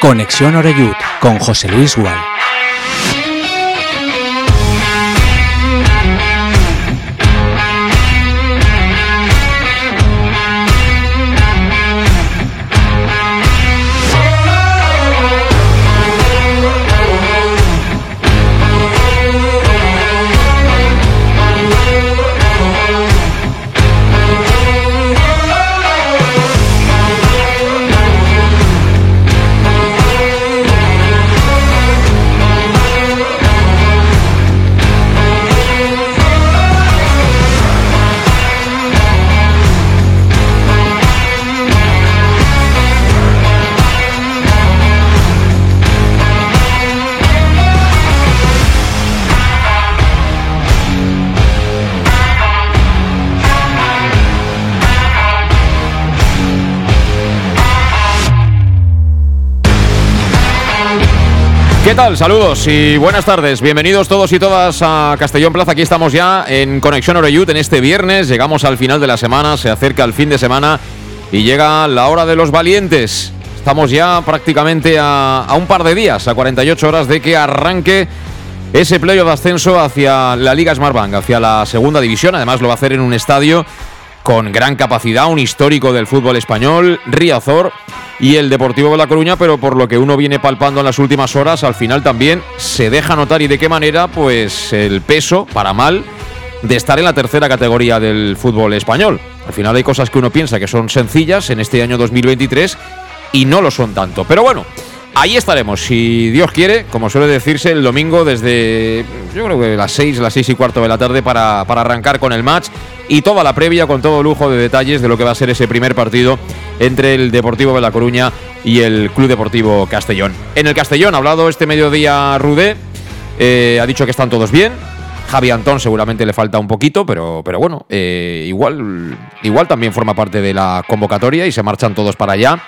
Conexión Oreyud con José Luis Gual. ¿Qué tal? Saludos y buenas tardes. Bienvenidos todos y todas a Castellón Plaza. Aquí estamos ya en Conexión Oreyud en este viernes. Llegamos al final de la semana, se acerca el fin de semana y llega la hora de los valientes. Estamos ya prácticamente a un par de días, a 48 horas de que arranque ese playoff de ascenso hacia la Liga Smartbank, hacia la segunda división. Además lo va a hacer en un estadio con gran capacidad, un histórico del fútbol español, Riazor, y el Deportivo de La Coruña, pero por lo que uno viene palpando en las últimas horas, al final también se deja notar, y de qué manera, pues el peso, para mal, de estar en la tercera categoría del fútbol español. Al final hay cosas que uno piensa que son sencillas en este año 2023 y no lo son tanto. Pero bueno, ahí estaremos, si Dios quiere, como suele decirse, el domingo desde, yo creo que las 6 y cuarto de la tarde para arrancar con el match y toda la previa con todo lujo de detalles de lo que va a ser ese primer partido entre el Deportivo de La Coruña y el Club Deportivo Castellón. En el Castellón ha hablado este mediodía Rudé, ha dicho que están todos bien. Javi Antón seguramente le falta un poquito, pero bueno, igual también forma parte de la convocatoria y se marchan todos para allá.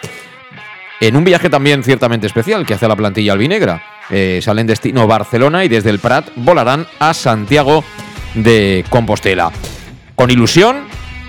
En un viaje también ciertamente especial que hace la plantilla albinegra. Salen destino Barcelona y desde el Prat volarán a Santiago de Compostela. Con ilusión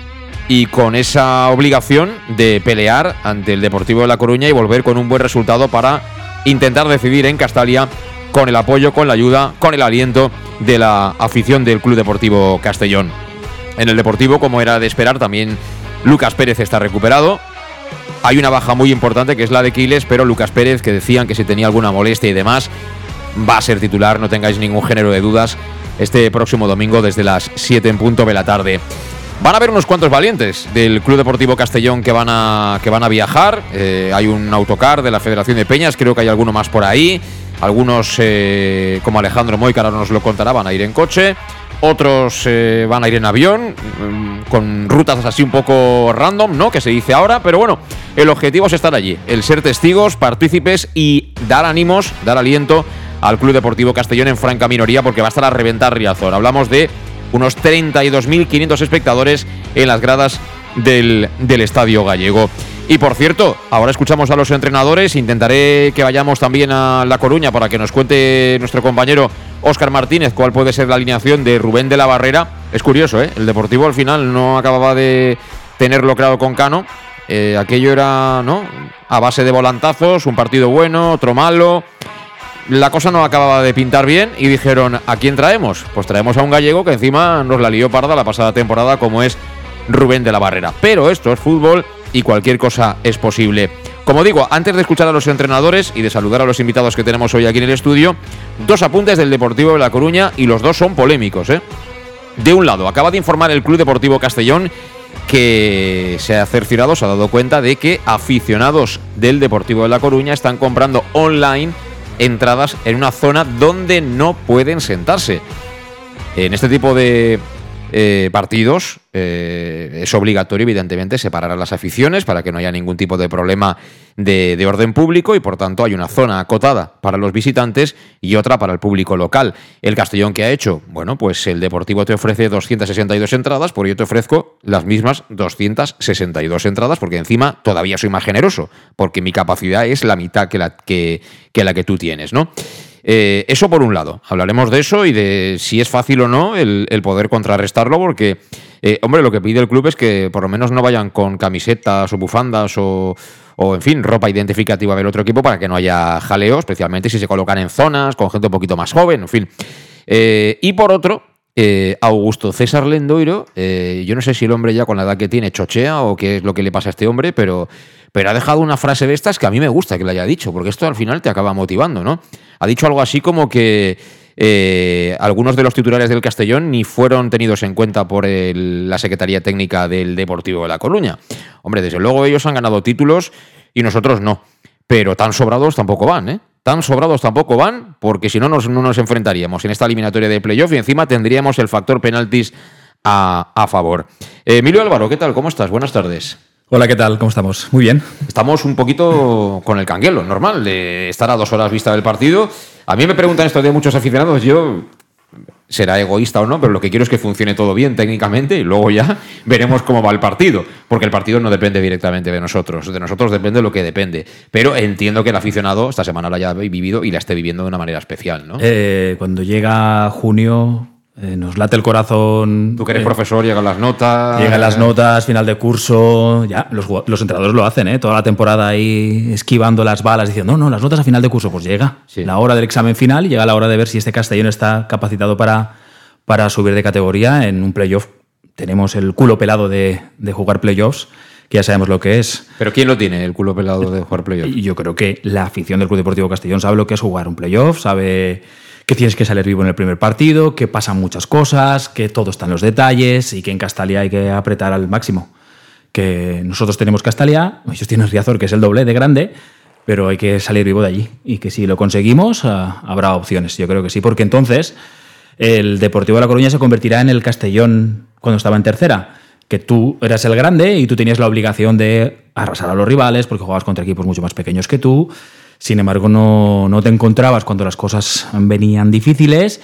y con esa obligación de pelear ante el Deportivo de La Coruña y volver con un buen resultado para intentar decidir en Castalia, con el apoyo, con la ayuda, con el aliento de la afición del Club Deportivo Castellón. En el Deportivo, como era de esperar, también Lucas Pérez está recuperado. Hay una baja muy importante que es la de Quiles, pero Lucas Pérez, que decían que si tenía alguna molestia y demás, va a ser titular, no tengáis ningún género de dudas, este próximo domingo desde las 7 en punto de la tarde. Van a haber unos cuantos valientes del Club Deportivo Castellón que van a viajar. Hay un autocar de la Federación de Peñas, creo que hay alguno más por ahí. Algunos, como Alejandro Moy, que ahora nos lo contará, van a ir en coche. Otros van a ir en avión, con rutas así un poco random, ¿no? Que se dice ahora, pero bueno, el objetivo es estar allí, el ser testigos, partícipes y dar ánimos, dar aliento al Club Deportivo Castellón en franca minoría, porque va a estar a reventar Riazor. Hablamos de unos 32.500 espectadores en las gradas del Estadio Gallego. Y por cierto, ahora escuchamos a los entrenadores. Intentaré que vayamos también a La Coruña para que nos cuente nuestro compañero Óscar Martínez cuál puede ser la alineación de Rubén de la Barrera. Es curioso, el Deportivo al final no acababa de tenerlo claro con Cano. Aquello era, ¿no?, a base de volantazos, un partido bueno, otro malo. La cosa no acababa de pintar bien y dijeron, ¿a quién traemos? Pues traemos a un gallego que encima nos la lió parda la pasada temporada, como es Rubén de la Barrera. Pero esto es fútbol y cualquier cosa es posible. Como digo, antes de escuchar a los entrenadores y de saludar a los invitados que tenemos hoy aquí en el estudio, dos apuntes del Deportivo de La Coruña y los dos son polémicos, De un lado, acaba de informar el Club Deportivo Castellón que se ha cerciorado, se ha dado cuenta de que aficionados del Deportivo de La Coruña están comprando online entradas en una zona donde no pueden sentarse. En este tipo de partidos es obligatorio, evidentemente, separar a las aficiones para que no haya ningún tipo de problema de orden público y, por tanto, hay una zona acotada para los visitantes y otra para el público local. El Castellón, ¿qué ha hecho? Bueno, pues el Deportivo te ofrece 262 entradas, pues yo te ofrezco las mismas 262 entradas, porque encima todavía soy más generoso, porque mi capacidad es la mitad que la que tú tienes, ¿no? Eso por un lado, hablaremos de eso y de si es fácil o no el poder contrarrestarlo, porque Hombre, lo que pide el club es que por lo menos no vayan con camisetas o bufandas o en fin, ropa identificativa del otro equipo para que no haya jaleo, especialmente si se colocan en zonas con gente un poquito más joven, en fin. Y por otro, Augusto César Lendoiro, yo no sé si el hombre ya con la edad que tiene chochea o qué es lo que le pasa a este hombre, pero ha dejado una frase de estas que a mí me gusta que le haya dicho, porque esto al final te acaba motivando, ¿no? Ha dicho algo así como que algunos de los titulares del Castellón ni fueron tenidos en cuenta por la Secretaría Técnica del Deportivo de La Coruña. Hombre, desde luego ellos han ganado títulos y nosotros no, pero tan sobrados tampoco van, ¿eh? Tan sobrados tampoco van, porque si no nos enfrentaríamos en esta eliminatoria de playoff y encima tendríamos el factor penaltis a favor. Emilio Álvaro, ¿qué tal? ¿Cómo estás? Buenas tardes. Hola, ¿qué tal? ¿Cómo estamos? Muy bien. Estamos un poquito con el canguelo, normal, de estar a 2 horas vista del partido. A mí me preguntan esto de muchos aficionados, yo será egoísta o no, pero lo que quiero es que funcione todo bien técnicamente y luego ya veremos cómo va el partido, porque el partido no depende directamente de nosotros depende lo que depende, pero entiendo que el aficionado esta semana lo haya vivido y la esté viviendo de una manera especial, ¿no? Cuando llega junio nos late el corazón. Tú que eres profesor, llegan las notas. Llegan las notas, final de curso. Ya, los entrenadores lo hacen, toda la temporada ahí esquivando las balas, diciendo, no, las notas a final de curso. Pues llega la hora del examen final y llega la hora de ver si este Castellón está capacitado para subir de categoría en un playoff. Tenemos el culo pelado de jugar playoffs, que ya sabemos lo que es. ¿Pero quién lo tiene, el culo pelado de jugar playoff? Y yo creo que la afición del Club Deportivo Castellón sabe lo que es jugar un playoff, sabe que tienes que salir vivo en el primer partido, que pasan muchas cosas, que todo está en los detalles y que en Castalia hay que apretar al máximo. Que nosotros tenemos Castalia, ellos tienen Riazor, que es el doble de grande, pero hay que salir vivo de allí. Y que si lo conseguimos, habrá opciones. Yo creo que sí, porque entonces el Deportivo de La Coruña se convertirá en el Castellón cuando estaba en tercera. Que tú eras el grande y tú tenías la obligación de arrasar a los rivales porque jugabas contra equipos mucho más pequeños que tú. Sin embargo, no te encontrabas cuando las cosas venían difíciles,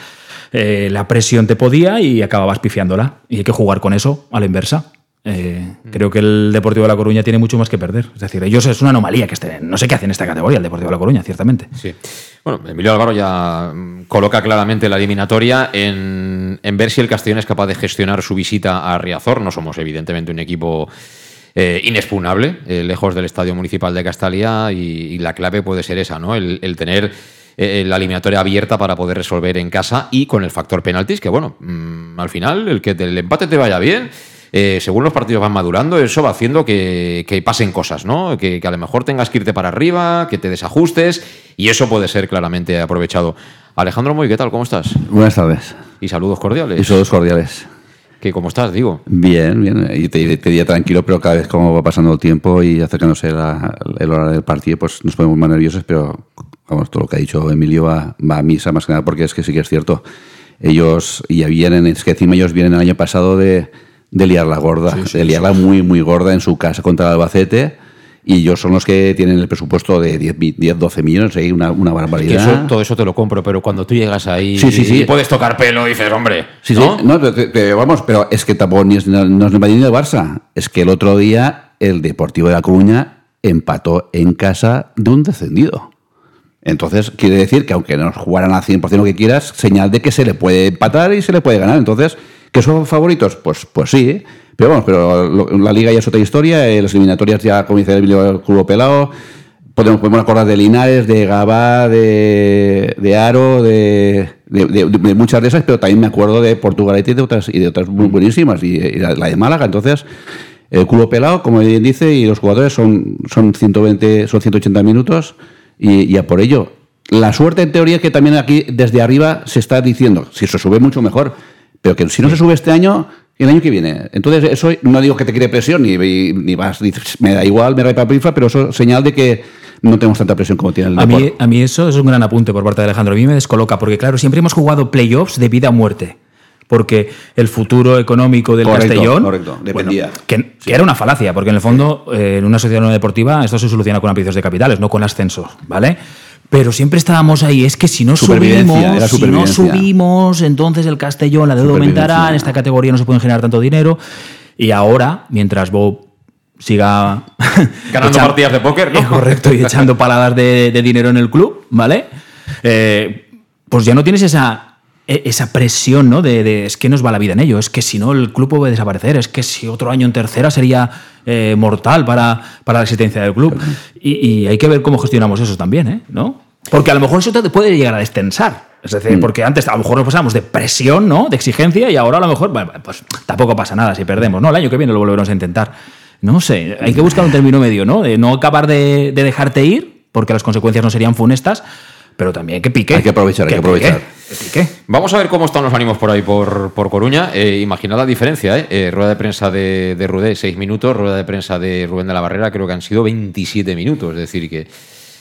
la presión te podía y acababas pifiándola. Y hay que jugar con eso a la inversa. Creo que el Deportivo de La Coruña tiene mucho más que perder. Es decir, ellos es una anomalía que estén. No sé qué hacen en esta categoría el Deportivo de La Coruña, ciertamente. Sí. Bueno, Emilio Álvaro ya coloca claramente la eliminatoria en ver si el Castellón es capaz de gestionar su visita a Riazor. No somos, evidentemente, un equipo inexpugnable, lejos del Estadio Municipal de Castalia, y la clave puede ser esa, ¿no? El tener la eliminatoria abierta para poder resolver en casa y con el factor penaltis, que bueno, al final, el que el empate te vaya bien, según los partidos van madurando, eso va haciendo que pasen cosas, ¿no? Que a lo mejor tengas que irte para arriba, que te desajustes, y eso puede ser claramente aprovechado. Alejandro Moy, ¿qué tal? ¿Cómo estás? Buenas tardes. Y saludos cordiales. Y saludos cordiales. ¿Cómo estás, digo? Bien, bien. Y te diría tranquilo, pero cada vez como va pasando el tiempo y acercándose el horario del partido, pues nos ponemos más nerviosos, pero vamos, todo lo que ha dicho Emilio va a misa, más que nada, porque es que sí que es cierto. Ellos ya vienen, es que encima ellos vienen el año pasado de liarla gorda, de liarla muy, muy gorda en su casa contra el Albacete. Y ellos son los que tienen el presupuesto de 10, 12 millones, ahí una barbaridad. Todo eso te lo compro, pero cuando tú llegas ahí y puedes tocar pelo y dices, hombre, ¿no? Sí. No, vamos, pero es que tampoco no es ni el Madrid ni el Barça. Es que el otro día el Deportivo de La Coruña empató en casa de un descendido. Entonces, quiere decir que aunque no jugaran al 100% lo que quieras, señal de que se le puede empatar y se le puede ganar. Entonces, ¿que son favoritos? Pues sí, ¿eh? Pero vamos, la Liga ya es otra historia, las eliminatorias ya, como dice el culo pelado, podemos acordar de Linares, de Gabá, de Aro, de muchas de esas, pero también me acuerdo de Portugalete y de otras muy buenísimas, y la de Málaga. Entonces, el culo pelado, como bien dice, y los jugadores son 180 minutos, y a por ello. La suerte, en teoría, que también aquí, desde arriba, se está diciendo, si se sube mucho mejor, pero que si no se sube este año, el año que viene. Entonces, eso no digo que te cree presión, ni vas, dices, me da igual, me raipa pifa, pero eso es señal de que no tenemos tanta presión como tiene el deporte. A mí eso es un gran apunte por parte de Alejandro. A mí me descoloca, porque claro, siempre hemos jugado playoffs de vida a muerte. Porque el futuro económico del Castellón... Correcto, dependía. Bueno, que era una falacia, porque en el fondo, en una sociedad no deportiva, esto se soluciona con ampliaciones de capitales, no con ascensos, ¿vale? Pero siempre estábamos ahí, es que si no subimos, entonces el Castellón, la deuda aumentará, en esta categoría no se pueden generar tanto dinero. Y ahora, mientras Bob siga ganando partidas de póker, ¿no? Correcto, y echando paladas de dinero en el club, ¿vale? Pues ya no tienes esa esa presión, ¿no? De es que nos va la vida en ello, es que si no el club puede desaparecer, es que si otro año en tercera sería mortal para la existencia del club. Y hay que ver cómo gestionamos eso también, ¿no? Porque a lo mejor eso te puede llegar a destensar. Es decir, porque antes a lo mejor nos pasábamos de presión, ¿no? De exigencia, y ahora a lo mejor, bueno, pues tampoco pasa nada si perdemos, ¿no? El año que viene lo volveremos a intentar. No sé, hay que buscar un término medio, ¿no? De no acabar de dejarte ir, porque las consecuencias no serían funestas, pero también que pique. Hay que aprovechar, Vamos a ver cómo están los ánimos por ahí, por Coruña. Imaginad la diferencia, rueda de prensa de Rudé, 6 minutos, rueda de prensa de Rubén de la Barrera, creo que han sido 27 minutos, es decir, que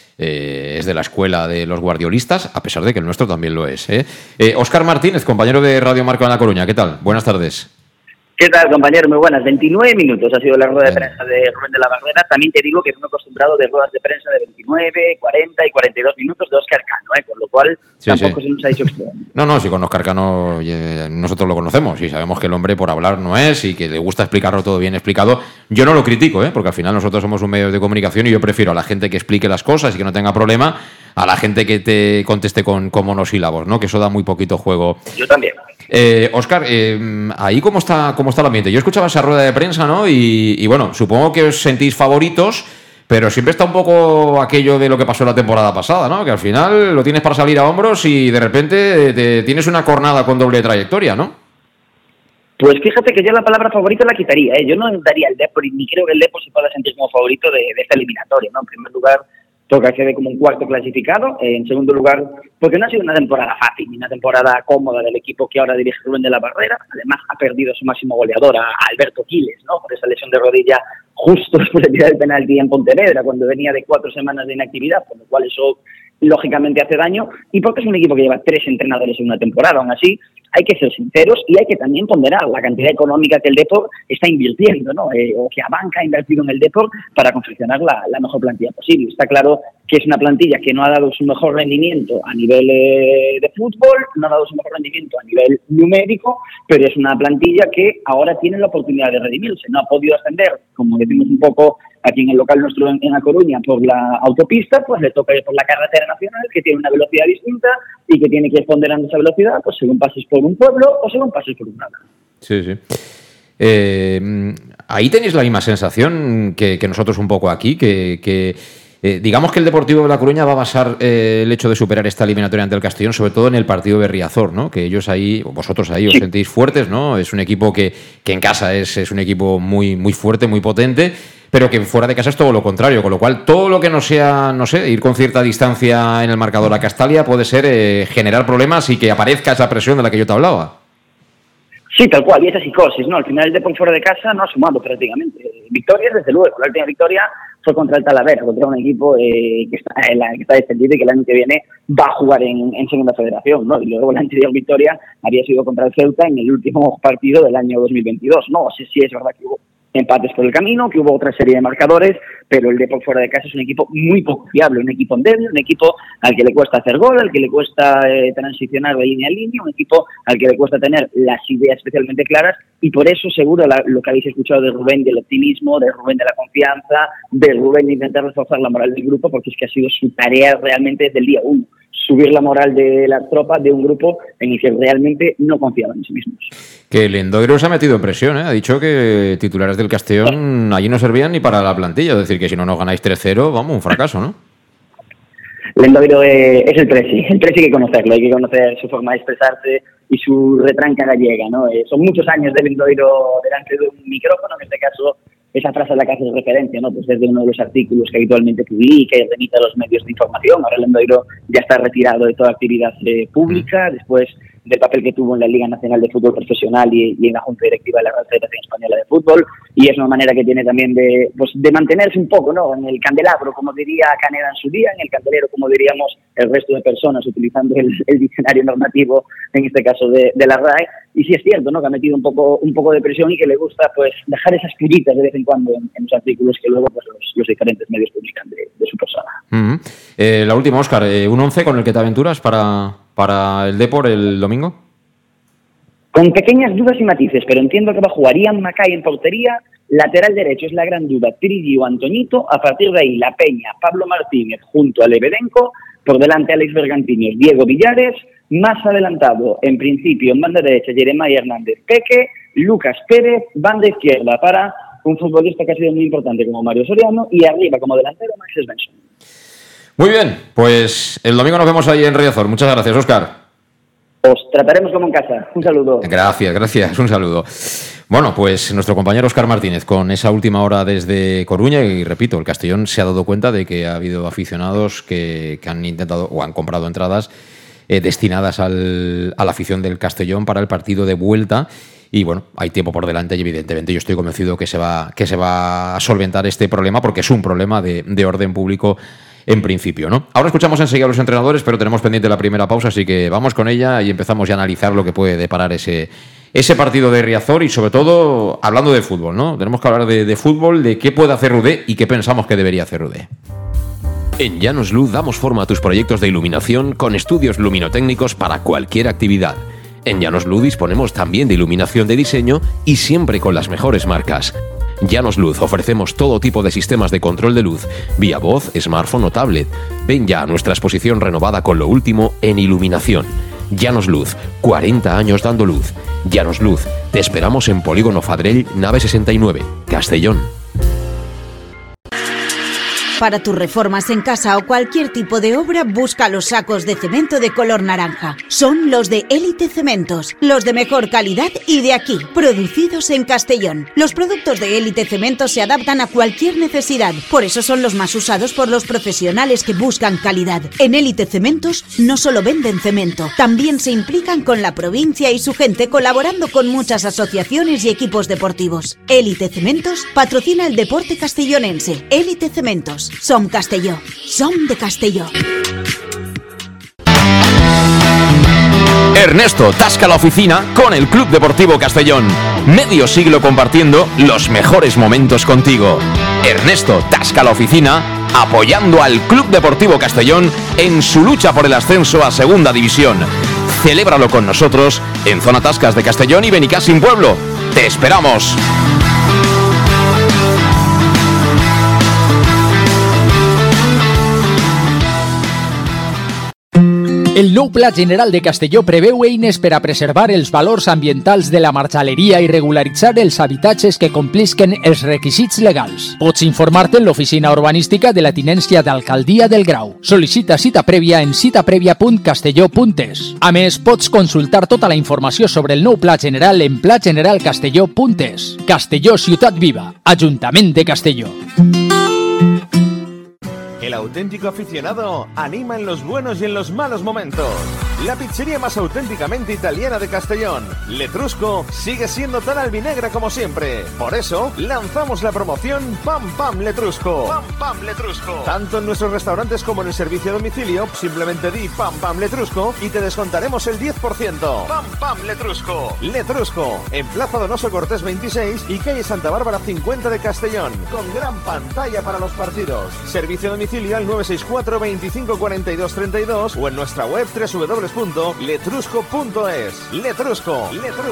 es de la escuela de los guardiolistas, a pesar de que el nuestro también lo es. Óscar Martínez, compañero de Radio Marca en La Coruña, ¿qué tal? Buenas tardes. ¿Qué tal, compañero? Muy buenas. 29 minutos ha sido la rueda de prensa de Rubén de la Barrera. También te digo que no me he acostumbrado de ruedas de prensa de 29, 40 y 42 minutos de Óscar Cano, con lo cual tampoco se nos ha dicho extraño. No, sí, con Óscar Cano nosotros lo conocemos y sabemos que el hombre por hablar no es y que le gusta explicarlo todo bien explicado. Yo no lo critico, porque al final nosotros somos un medio de comunicación y yo prefiero a la gente que explique las cosas y que no tenga problema a la gente que te conteste con monosílabos, ¿no? Que eso da muy poquito juego. Yo también. Óscar, ahí cómo está el ambiente. Yo escuchaba esa rueda de prensa, ¿no? Y bueno, supongo que os sentís favoritos, pero siempre está un poco aquello de lo que pasó la temporada pasada, ¿no? Que al final lo tienes para salir a hombros y de repente tienes una cornada con doble trayectoria, ¿no? Pues fíjate que yo la palabra favorito la quitaría, Yo no daría el Depor, ni creo que el Depor se pueda sentir como favorito de esta eliminatoria, ¿no? En primer lugar, porque accede como un cuarto clasificado. En segundo lugar, porque no ha sido una temporada fácil, ni una temporada cómoda del equipo que ahora dirige Rubén de la Barrera. Además, ha perdido a su máximo goleador, a Alberto Quiles, ¿no? Por esa lesión de rodilla justo después de tirar el penalti en Pontevedra, cuando venía de 4 semanas de inactividad, por lo cual eso lógicamente hace daño, y porque es un equipo que lleva 3 entrenadores en una temporada. Aún así, hay que ser sinceros y hay que también ponderar la cantidad económica que el Depor está invirtiendo, ¿no? O que Abanca ha invertido en el Depor para confeccionar la mejor plantilla posible. Está claro que es una plantilla que no ha dado su mejor rendimiento a nivel de fútbol, no ha dado su mejor rendimiento a nivel numérico, pero es una plantilla que ahora tiene la oportunidad de redimirse. No ha podido ascender, como decimos un poco aquí en el local nuestro en La Coruña, por la autopista, pues le toca ir por la carretera nacional, que tiene una velocidad distinta y que tiene que ir ponderando esa velocidad, pues según pases por un pueblo o según pases por un nada. Sí. Ahí tenéis la misma sensación que nosotros un poco aquí, que digamos que el Deportivo de La Coruña va a basar el hecho de superar esta eliminatoria ante el Castellón, sobre todo en el partido de Riazor, ¿no? Que ellos ahí, vosotros ahí os sentís fuertes, ¿no? Es un equipo que en casa es un equipo muy, muy fuerte, muy potente, pero que fuera de casa es todo lo contrario, con lo cual todo lo que no sea, no sé, ir con cierta distancia en el marcador a Castalia puede ser generar problemas y que aparezca esa presión de la que yo te hablaba. Sí, tal cual, y esa psicosis, ¿no? Al final el Depor fuera de casa no ha sumado prácticamente. Victorias, desde luego. La última victoria fue contra el Talavera, contra un equipo que está descendido y que el año que viene va a jugar en Segunda Federación, ¿no? Y luego la anterior victoria había sido contra el Ceuta en el último partido del año 2022. No sé si es verdad que hubo empates por el camino, que hubo otra serie de marcadores, pero el Depor fuera de casa es un equipo muy poco fiable, un equipo endeble, un equipo al que le cuesta hacer gol, al que le cuesta transicionar de línea a línea, un equipo al que le cuesta tener las ideas especialmente claras, y por eso seguro lo que habéis escuchado de Rubén, del optimismo, de Rubén de la confianza, de Rubén de intentar reforzar la moral del grupo, porque es que ha sido su tarea realmente desde el día 1. Subir la moral de la tropa de un grupo en el que realmente no confiaban en sí mismos. Que el Endoiro se ha metido en presión, ha dicho que titulares del Castellón allí no servían ni para la plantilla, es decir, que si no nos ganáis 3-0, vamos, un fracaso, ¿no? El Endoiro es el Presi hay que conocerlo, hay que conocer su forma de expresarse y su retranca gallega, ¿no? Son muchos años del Endoiro delante de un micrófono, en este caso esa frase a la que haces referencia, ¿no? Pues desde uno de los artículos que habitualmente publica y remite a los medios de información. Ahora el Endoiro ya está retirado de toda actividad pública, después del papel que tuvo en la Liga Nacional de Fútbol Profesional y en la Junta Directiva de la Real Federación Española de Fútbol, y es una manera que tiene también de mantenerse un poco, ¿no? En el candelabro, como diría Caneda en su día, en el candelero, como diríamos el resto de personas, utilizando el diccionario normativo, en este caso de la RAE. Y sí es cierto, ¿no? Que ha metido un poco de presión y que le gusta pues dejar esas pullitas de vez en cuando en los artículos que luego pues los diferentes medios publican de su persona. Uh-huh. La última, Óscar, ¿un 11 con el que te aventuras para el Depor el domingo? Con pequeñas dudas y matices, pero entiendo que va a jugar Ian Mackay en portería, lateral derecho es la gran duda, Trigi o Antoñito, a partir de ahí La Peña, Pablo Martínez junto a Lebedenko, Por delante Alex Bergantiños, Diego Villares, más adelantado, en principio, en banda derecha, Jeremiah Hernández Peque, Lucas Pérez, banda izquierda para un futbolista que ha sido muy importante como Mario Soriano, y arriba como delantero Max Svensson. Muy bien, pues el domingo nos vemos ahí en Riazor. Muchas gracias, Óscar. Os trataremos como en casa. Un saludo. Gracias, un saludo. Bueno, pues nuestro compañero Óscar Martínez con esa última hora desde Coruña, y repito, el Castellón se ha dado cuenta de que ha habido aficionados que han intentado o han comprado entradas destinadas a la afición del Castellón para el partido de vuelta. Y bueno, hay tiempo por delante y evidentemente yo estoy convencido que se va a solventar este problema, porque es un problema de orden público en principio, ¿no? Ahora escuchamos enseguida a los entrenadores, pero tenemos pendiente la primera pausa, así que vamos con ella y empezamos ya a analizar lo que puede deparar ese partido de Riazor, y sobre todo hablando de fútbol, ¿no? Tenemos que hablar de fútbol, de qué puede hacer Rudé y qué pensamos que debería hacer Rudé. En Llanos Luz damos forma a tus proyectos de iluminación con estudios luminotécnicos para cualquier actividad. En Llanos Luz disponemos también de iluminación de diseño y siempre con las mejores marcas. Llanos Luz ofrecemos todo tipo de sistemas de control de luz, vía voz, smartphone o tablet. Ven ya a nuestra exposición renovada con lo último en iluminación. Llanos Luz, 40 años dando luz. Llanos Luz, te esperamos en Polígono Fadrell, nave 69, Castellón. Para tus reformas en casa o cualquier tipo de obra, busca los sacos de cemento de color naranja. Son los de Élite Cementos, los de mejor calidad y de aquí, producidos en Castellón. Los productos de Élite Cementos se adaptan a cualquier necesidad, por eso son los más usados por los profesionales que buscan calidad. En Élite Cementos no solo venden cemento, también se implican con la provincia y su gente, colaborando con muchas asociaciones y equipos deportivos. Élite Cementos patrocina el deporte castellonense. Élite Cementos. Som Castelló. Som de Castelló. Ernesto tasca la oficina con el Club Deportivo Castellón. Medio siglo compartiendo los mejores momentos contigo. Ernesto tasca la oficina apoyando al Club Deportivo Castellón en su lucha por el ascenso a Segunda División. Celébralo con nosotros en Zona Tascas de Castellón y Benicàssim Pueblo. ¡Te esperamos! El nou Pla General de Castelló preveu eines per a preservar els valors ambientals de la marxaleria i regularitzar els habitatges que complisquen els requisits legals. Pots informar-te en l'oficina urbanística de la tinència d'Alcaldia del Grau. Sol·licita cita prèvia en citaprèvia.castelló.es. A més, pots consultar tota la informació sobre el nou Pla General en plageneralcastelló.es. Castelló, ciutat viva. Ajuntament de Castelló. El auténtico aficionado anima en los buenos y en los malos momentos. La pizzería más auténticamente italiana de Castellón, Letrusco, sigue siendo tan albinegra como siempre. Por eso, lanzamos la promoción Pam Pam Letrusco. Pam Pam Letrusco. Tanto en nuestros restaurantes como en el servicio a domicilio, simplemente di Pam Pam Letrusco y te descontaremos el 10%. Pam Pam Letrusco. Letrusco, en Plaza Donoso Cortés 26 y calle Santa Bárbara 50 de Castellón, con gran pantalla para los partidos. Servicio a domicilio al 964 25 42 32 o en nuestra web www.letrusco.es. Letrusco.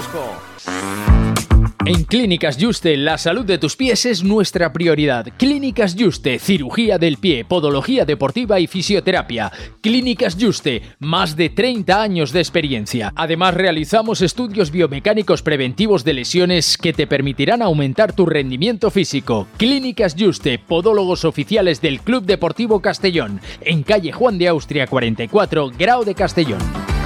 En Clínicas Juste, la salud de tus pies es nuestra prioridad. Clínicas Juste, cirugía del pie, podología deportiva y fisioterapia. Clínicas Juste, más de 30 años de experiencia. Además, realizamos estudios biomecánicos preventivos de lesiones que te permitirán aumentar tu rendimiento físico. Clínicas Juste, podólogos oficiales del Club Deportivo Castellón, en calle Juan de Austria 44, Grau de Castellón.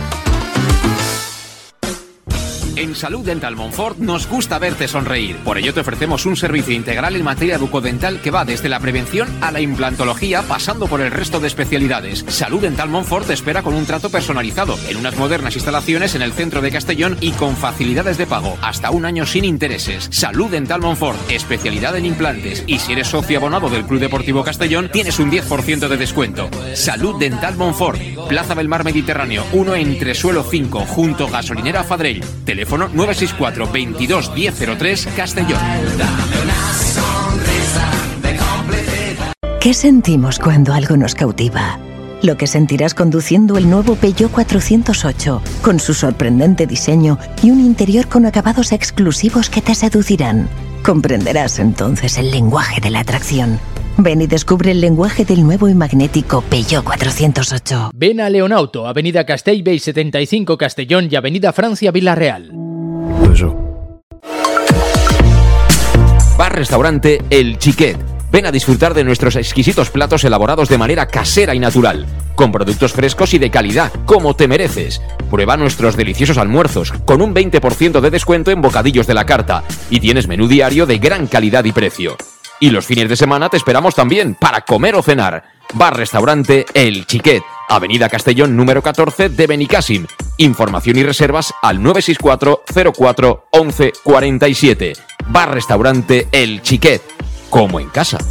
En Salud Dental Montfort nos gusta verte sonreír. Por ello te ofrecemos un servicio integral en materia bucodental que va desde la prevención a la implantología, pasando por el resto de especialidades. Salud Dental Montfort te espera con un trato personalizado, en unas modernas instalaciones en el centro de Castellón y con facilidades de pago, hasta 1 año sin intereses. Salud Dental Montfort, especialidad en implantes. Y si eres socio abonado del Club Deportivo Castellón, tienes un 10% de descuento. Salud Dental Montfort, Plaza del Mar Mediterráneo, 1 Entresuelo 5, junto Gasolinera Fadrell. Teléfono 964 22 1003, Castellón. ¿Qué sentimos cuando algo nos cautiva? Lo que sentirás conduciendo el nuevo Peugeot 408, con su sorprendente diseño y un interior con acabados exclusivos que te seducirán. Comprenderás entonces el lenguaje de la atracción. Ven y descubre el lenguaje del nuevo y magnético Peugeot 408. Ven a Leonauto, Avenida Castellbey 75 Castellón y Avenida Francia Villarreal. Bar-restaurante El Xiquet. Ven a disfrutar de nuestros exquisitos platos elaborados de manera casera y natural, con productos frescos y de calidad, como te mereces. Prueba nuestros deliciosos almuerzos, con un 20% de descuento en bocadillos de la carta, y tienes menú diario de gran calidad y precio. Y los fines de semana te esperamos también para comer o cenar. Bar-restaurante El Xiquet, Avenida Castellón número 14 de Benicàssim. Información y reservas al 964 04 11 47. Bar-restaurante El Xiquet, como en casa.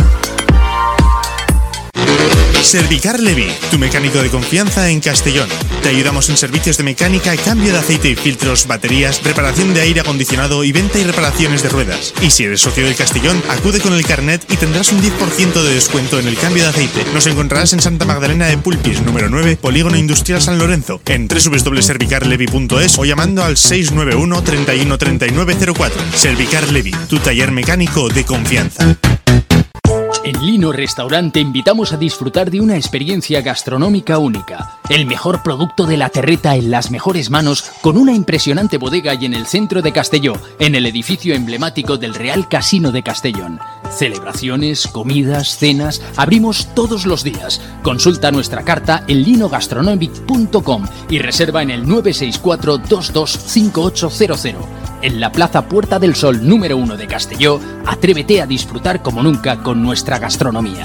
Servicar Levi, tu mecánico de confianza en Castellón. Te ayudamos en servicios de mecánica, cambio de aceite y filtros, baterías, reparación de aire acondicionado y venta y reparaciones de ruedas. Y si eres socio del Castellón, acude con el carnet y tendrás un 10% de descuento en el cambio de aceite. Nos encontrarás en Santa Magdalena de Pulpis, número 9, Polígono Industrial San Lorenzo, en www.servicarlevi.es o llamando al 691 31 39 04. Servicar Levi, tu taller mecánico de confianza. En Lino Restaurant te invitamos a disfrutar de una experiencia gastronómica única. El mejor producto de la terreta en las mejores manos, con una impresionante bodega y en el centro de Castelló, en el edificio emblemático del Real Casino de Castellón. Celebraciones, comidas, cenas, abrimos todos los días. Consulta nuestra carta en linogastronomic.com y reserva en el 964 225800. En la Plaza Puerta del Sol número 1 de Castelló, atrévete a disfrutar como nunca con nuestra gastronomía.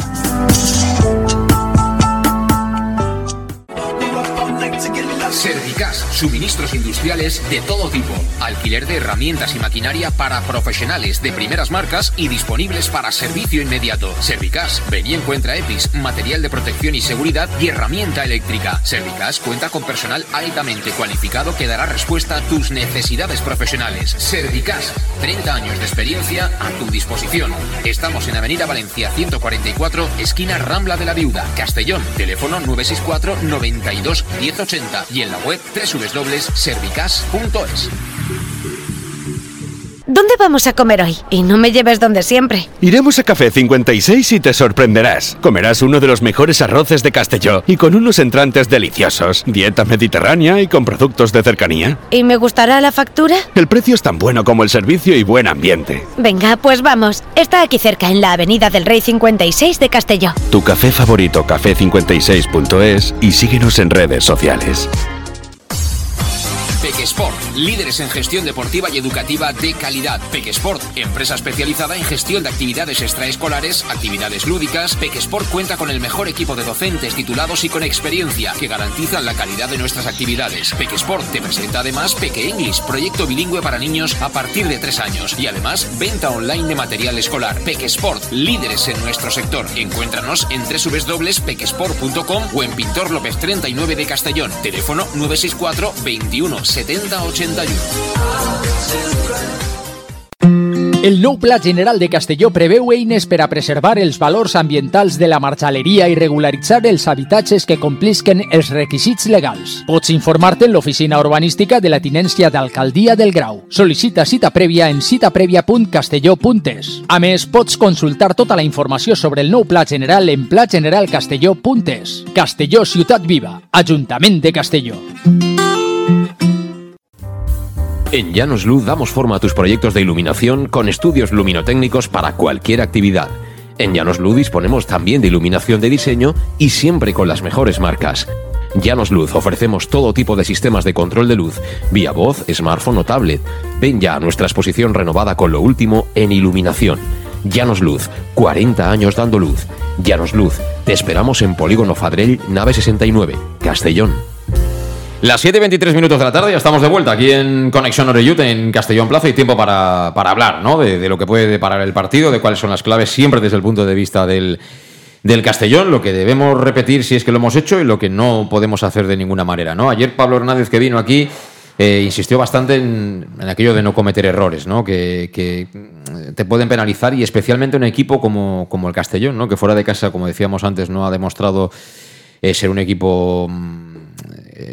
Servicas, suministros industriales de todo tipo, alquiler de herramientas y maquinaria para profesionales de primeras marcas y disponibles para servicio inmediato. Servicas, ven y encuentra EPIs, material de protección y seguridad y herramienta eléctrica. Servicas cuenta con personal altamente cualificado que dará respuesta a tus necesidades profesionales. Servicas, 30 años de experiencia a tu disposición. Estamos en Avenida Valencia 144, esquina Rambla de la Viuda, Castellón. Teléfono 964 92 1080 y en la web www.servicas.es. ¿Dónde vamos a comer hoy? Y no me lleves donde siempre. Iremos a Café 56 y te sorprenderás. Comerás uno de los mejores arroces de Castelló y con unos entrantes deliciosos. Dieta mediterránea y con productos de cercanía. ¿Y me gustará la factura? El precio es tan bueno como el servicio y buen ambiente. Venga, pues vamos. Está aquí cerca, en la Avenida del Rey 56 de Castelló. Tu café favorito, café56.es, y síguenos en redes sociales. Pequesport, líderes en gestión deportiva y educativa de calidad. Pequesport, empresa especializada en gestión de actividades extraescolares, actividades lúdicas. Pequesport cuenta con el mejor equipo de docentes titulados y con experiencia que garantizan la calidad de nuestras actividades. Pequesport te presenta además Peque English, proyecto bilingüe para niños a partir de 3 años y además venta online de material escolar. Pequesport, líderes en nuestro sector. Encuéntranos en www.pequesport.com o en Pintor López 39 de Castellón. Teléfono 964 21 70 81. El nou Pla General de Castelló preveu eines per a preservar els valors ambientals de la marxaleria i regularitzar els habitatges que complisquen els requisits legals. Pots informar-te en l'oficina urbanística de la Tinència d'Alcaldia del Grau. Sol·licita cita prèvia en citaprèvia.castelló.es. A més, pots consultar tota la informació sobre el nou Pla General en plageneralcastelló.es. Castelló, ciutat viva. Ajuntament de Castelló. En Llanos Luz damos forma a tus proyectos de iluminación con estudios luminotécnicos para cualquier actividad. En Llanos Luz disponemos también de iluminación de diseño y siempre con las mejores marcas. Llanos Luz ofrecemos todo tipo de sistemas de control de luz, vía voz, smartphone o tablet. Ven ya a nuestra exposición renovada con lo último en iluminación. Llanos Luz, 40 años dando luz. Llanos Luz, te esperamos en Polígono Fadrell, nave 69, Castellón. Las 7:23 minutos de la tarde, ya estamos de vuelta aquí en Conexión Oreyud, en Castellón Plaza, y tiempo para hablar, ¿no? De lo que puede deparar el partido, de cuáles son las claves, siempre desde el punto de vista del Castellón, lo que debemos repetir si es que lo hemos hecho y lo que no podemos hacer de ninguna manera, ¿no? Ayer Pablo Hernández, que vino aquí, insistió bastante en aquello de no cometer errores, ¿no? Que te pueden penalizar, y especialmente un equipo como el Castellón, ¿no? Que fuera de casa, como decíamos antes, no ha demostrado ser un equipo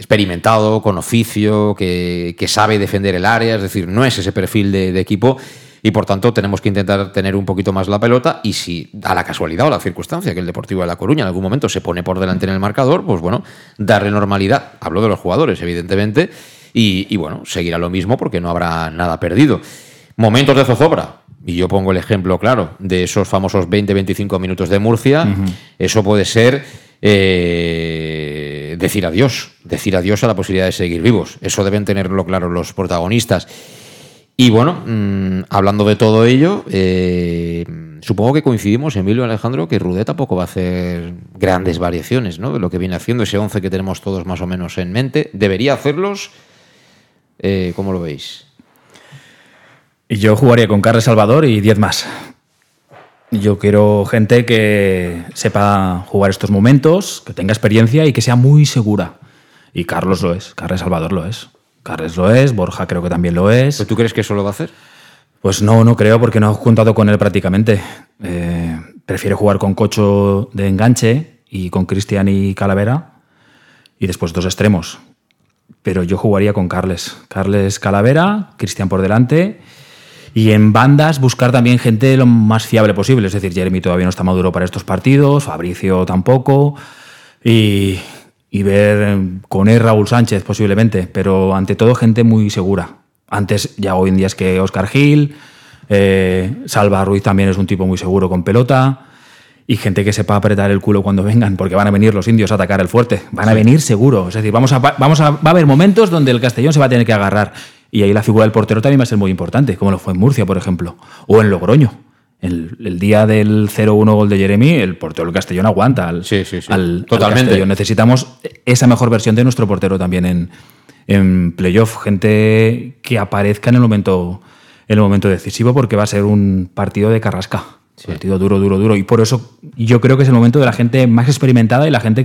experimentado, con oficio, que sabe defender el área, es decir, no es ese perfil de equipo, y por tanto tenemos que intentar tener un poquito más la pelota, y si a la casualidad o la circunstancia que el Deportivo de La Coruña en algún momento se pone por delante en el marcador, pues bueno, darle normalidad, hablo de los jugadores evidentemente, y bueno, seguirá lo mismo porque no habrá nada perdido. Momentos de zozobra, y yo pongo el ejemplo claro de esos famosos 20-25 minutos de Murcia. Eso puede ser decir adiós a la posibilidad de seguir vivos. Eso deben tenerlo claro los protagonistas. Y bueno, hablando de todo ello, supongo que coincidimos, Emilio y Alejandro, que Rudé tampoco va a hacer grandes variaciones, ¿no?, de lo que viene haciendo, ese 11 que tenemos todos más o menos en mente. ¿Debería hacerlos? ¿Cómo lo veis? Yo jugaría con Carles Salvador y 10 más. Yo quiero gente que sepa jugar estos momentos, que tenga experiencia y que sea muy segura. Y Carles Salvador lo es. Carles lo es, Borja creo que también lo es. ¿Pero tú crees que eso lo va a hacer? Pues no creo, porque no he contado con él prácticamente. Prefiero jugar con Cocho de enganche y con Cristian y Calavera, y después 2 extremos. Pero yo jugaría con Carles Calavera, Cristian por delante, y en bandas buscar también gente lo más fiable posible. Es decir, Jeremy todavía no está maduro para estos partidos, Fabricio tampoco, y ver con él Raúl Sánchez posiblemente, pero ante todo gente muy segura. Antes, ya hoy en día, es que Óscar Gil, Salva Ruiz también es un tipo muy seguro con pelota, y gente que sepa apretar el culo cuando vengan, porque van a venir los indios a atacar el fuerte, van a venir seguro. Es decir, va a haber momentos donde el Castellón se va a tener que agarrar, y ahí la figura del portero también va a ser muy importante, como lo fue en Murcia, por ejemplo, o en Logroño. El día del 0-1 gol de Jeremy, el portero del Castellón aguanta al totalmente. Castellón. Necesitamos esa mejor versión de nuestro portero también en playoff, gente que aparezca en el momento decisivo, porque va a ser un partido de carrasca, partido duro, y por eso yo creo que es el momento de la gente más experimentada y la gente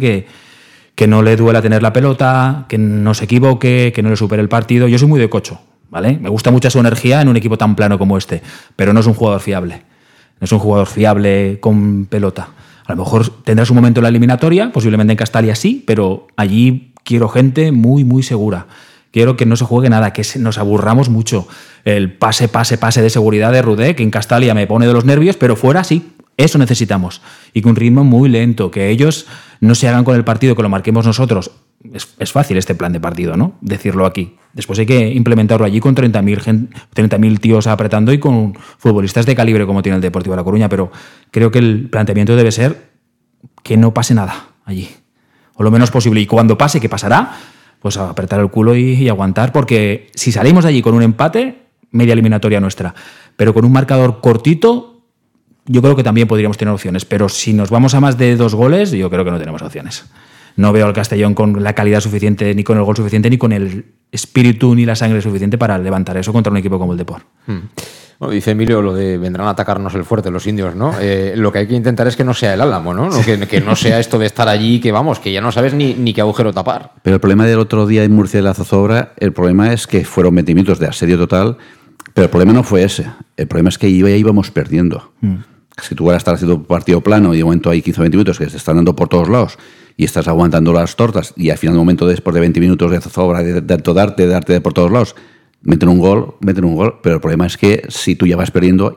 que no le duela tener la pelota, que no se equivoque, que no le supere el partido. Yo soy muy de Cocho, ¿vale? Me gusta mucho su energía en un equipo tan plano como este, pero no es un jugador fiable. No es un jugador fiable con pelota. A lo mejor tendrá su momento en la eliminatoria, posiblemente en Castalia sí, pero allí quiero gente muy, muy segura. Quiero que no se juegue nada, que nos aburramos mucho. El pase de seguridad de Rudé, que en Castalia me pone de los nervios, pero fuera sí, eso necesitamos. Y con un ritmo muy lento, que ellos no se hagan con el partido, que lo marquemos nosotros. Es fácil este plan de partido, ¿no?, decirlo aquí. Después hay que implementarlo allí con 30.000 tíos apretando y con futbolistas de calibre como tiene el Deportivo de La Coruña, pero creo que el planteamiento debe ser que no pase nada allí, o lo menos posible. Y cuando pase, ¿qué pasará? Pues a apretar el culo y aguantar, porque si salimos de allí con un empate, media eliminatoria nuestra, pero con un marcador cortito, yo creo que también podríamos tener opciones, pero si nos vamos a más de 2 goles, yo creo que no tenemos opciones. No veo al Castellón con la calidad suficiente, ni con el gol suficiente, ni con el espíritu ni la sangre suficiente para levantar eso contra un equipo como el Depor. Bueno, dice Emilio lo de vendrán a atacarnos el fuerte los indios, ¿no? Lo que hay que intentar es que no sea el Álamo, ¿no? Que no sea esto de estar allí, que vamos, que ya no sabes ni qué agujero tapar. Pero el problema del otro día en Murcia de la zozobra, el problema es que fueron 20 minutos de asedio total, pero el problema no fue ese. El problema es que ya íbamos perdiendo. Si tú vas a estar haciendo un partido plano y de momento hay 15 o 20 minutos que se están dando por todos lados y estás aguantando las tortas, y al final de momento, después de 20 minutos de zozobra, de darte por todos lados, meten un gol, pero el problema es que si tú ya vas perdiendo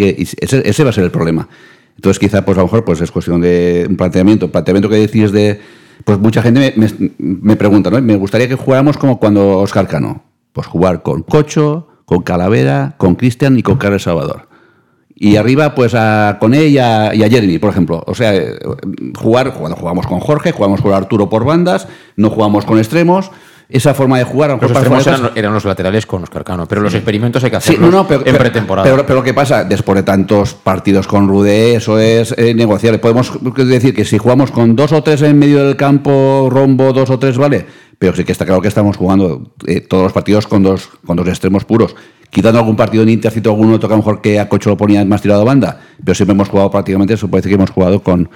ese va a ser el problema. Entonces quizá pues a lo mejor pues es cuestión de un planteamiento que decís de, pues mucha gente me pregunta, ¿no? Me gustaría que jugáramos como cuando Óscar Cano, pues jugar con Cocho, con Calavera, con Cristian y con Carles Salvador. Y arriba, pues con él y a Jeremy, por ejemplo. O sea, cuando jugamos con Jorge, jugamos con Arturo por bandas, no jugamos con extremos. Esa forma de jugar... Los extremos eran los laterales con Óscar Cano, pero los experimentos hay que hacerlos en pretemporada. Pero ¿qué pasa? Después de tantos partidos con Rudé, eso es negociable. Podemos decir que si jugamos con 2 o 3 en medio del campo, rombo 2 o 3, vale. Pero sí que está claro que estamos jugando todos los partidos con dos extremos puros. Quitando algún partido en Intercito, algún otro que a lo mejor que a Cocho lo ponía más tirado a banda, pero siempre hemos jugado prácticamente, eso parece que hemos jugado con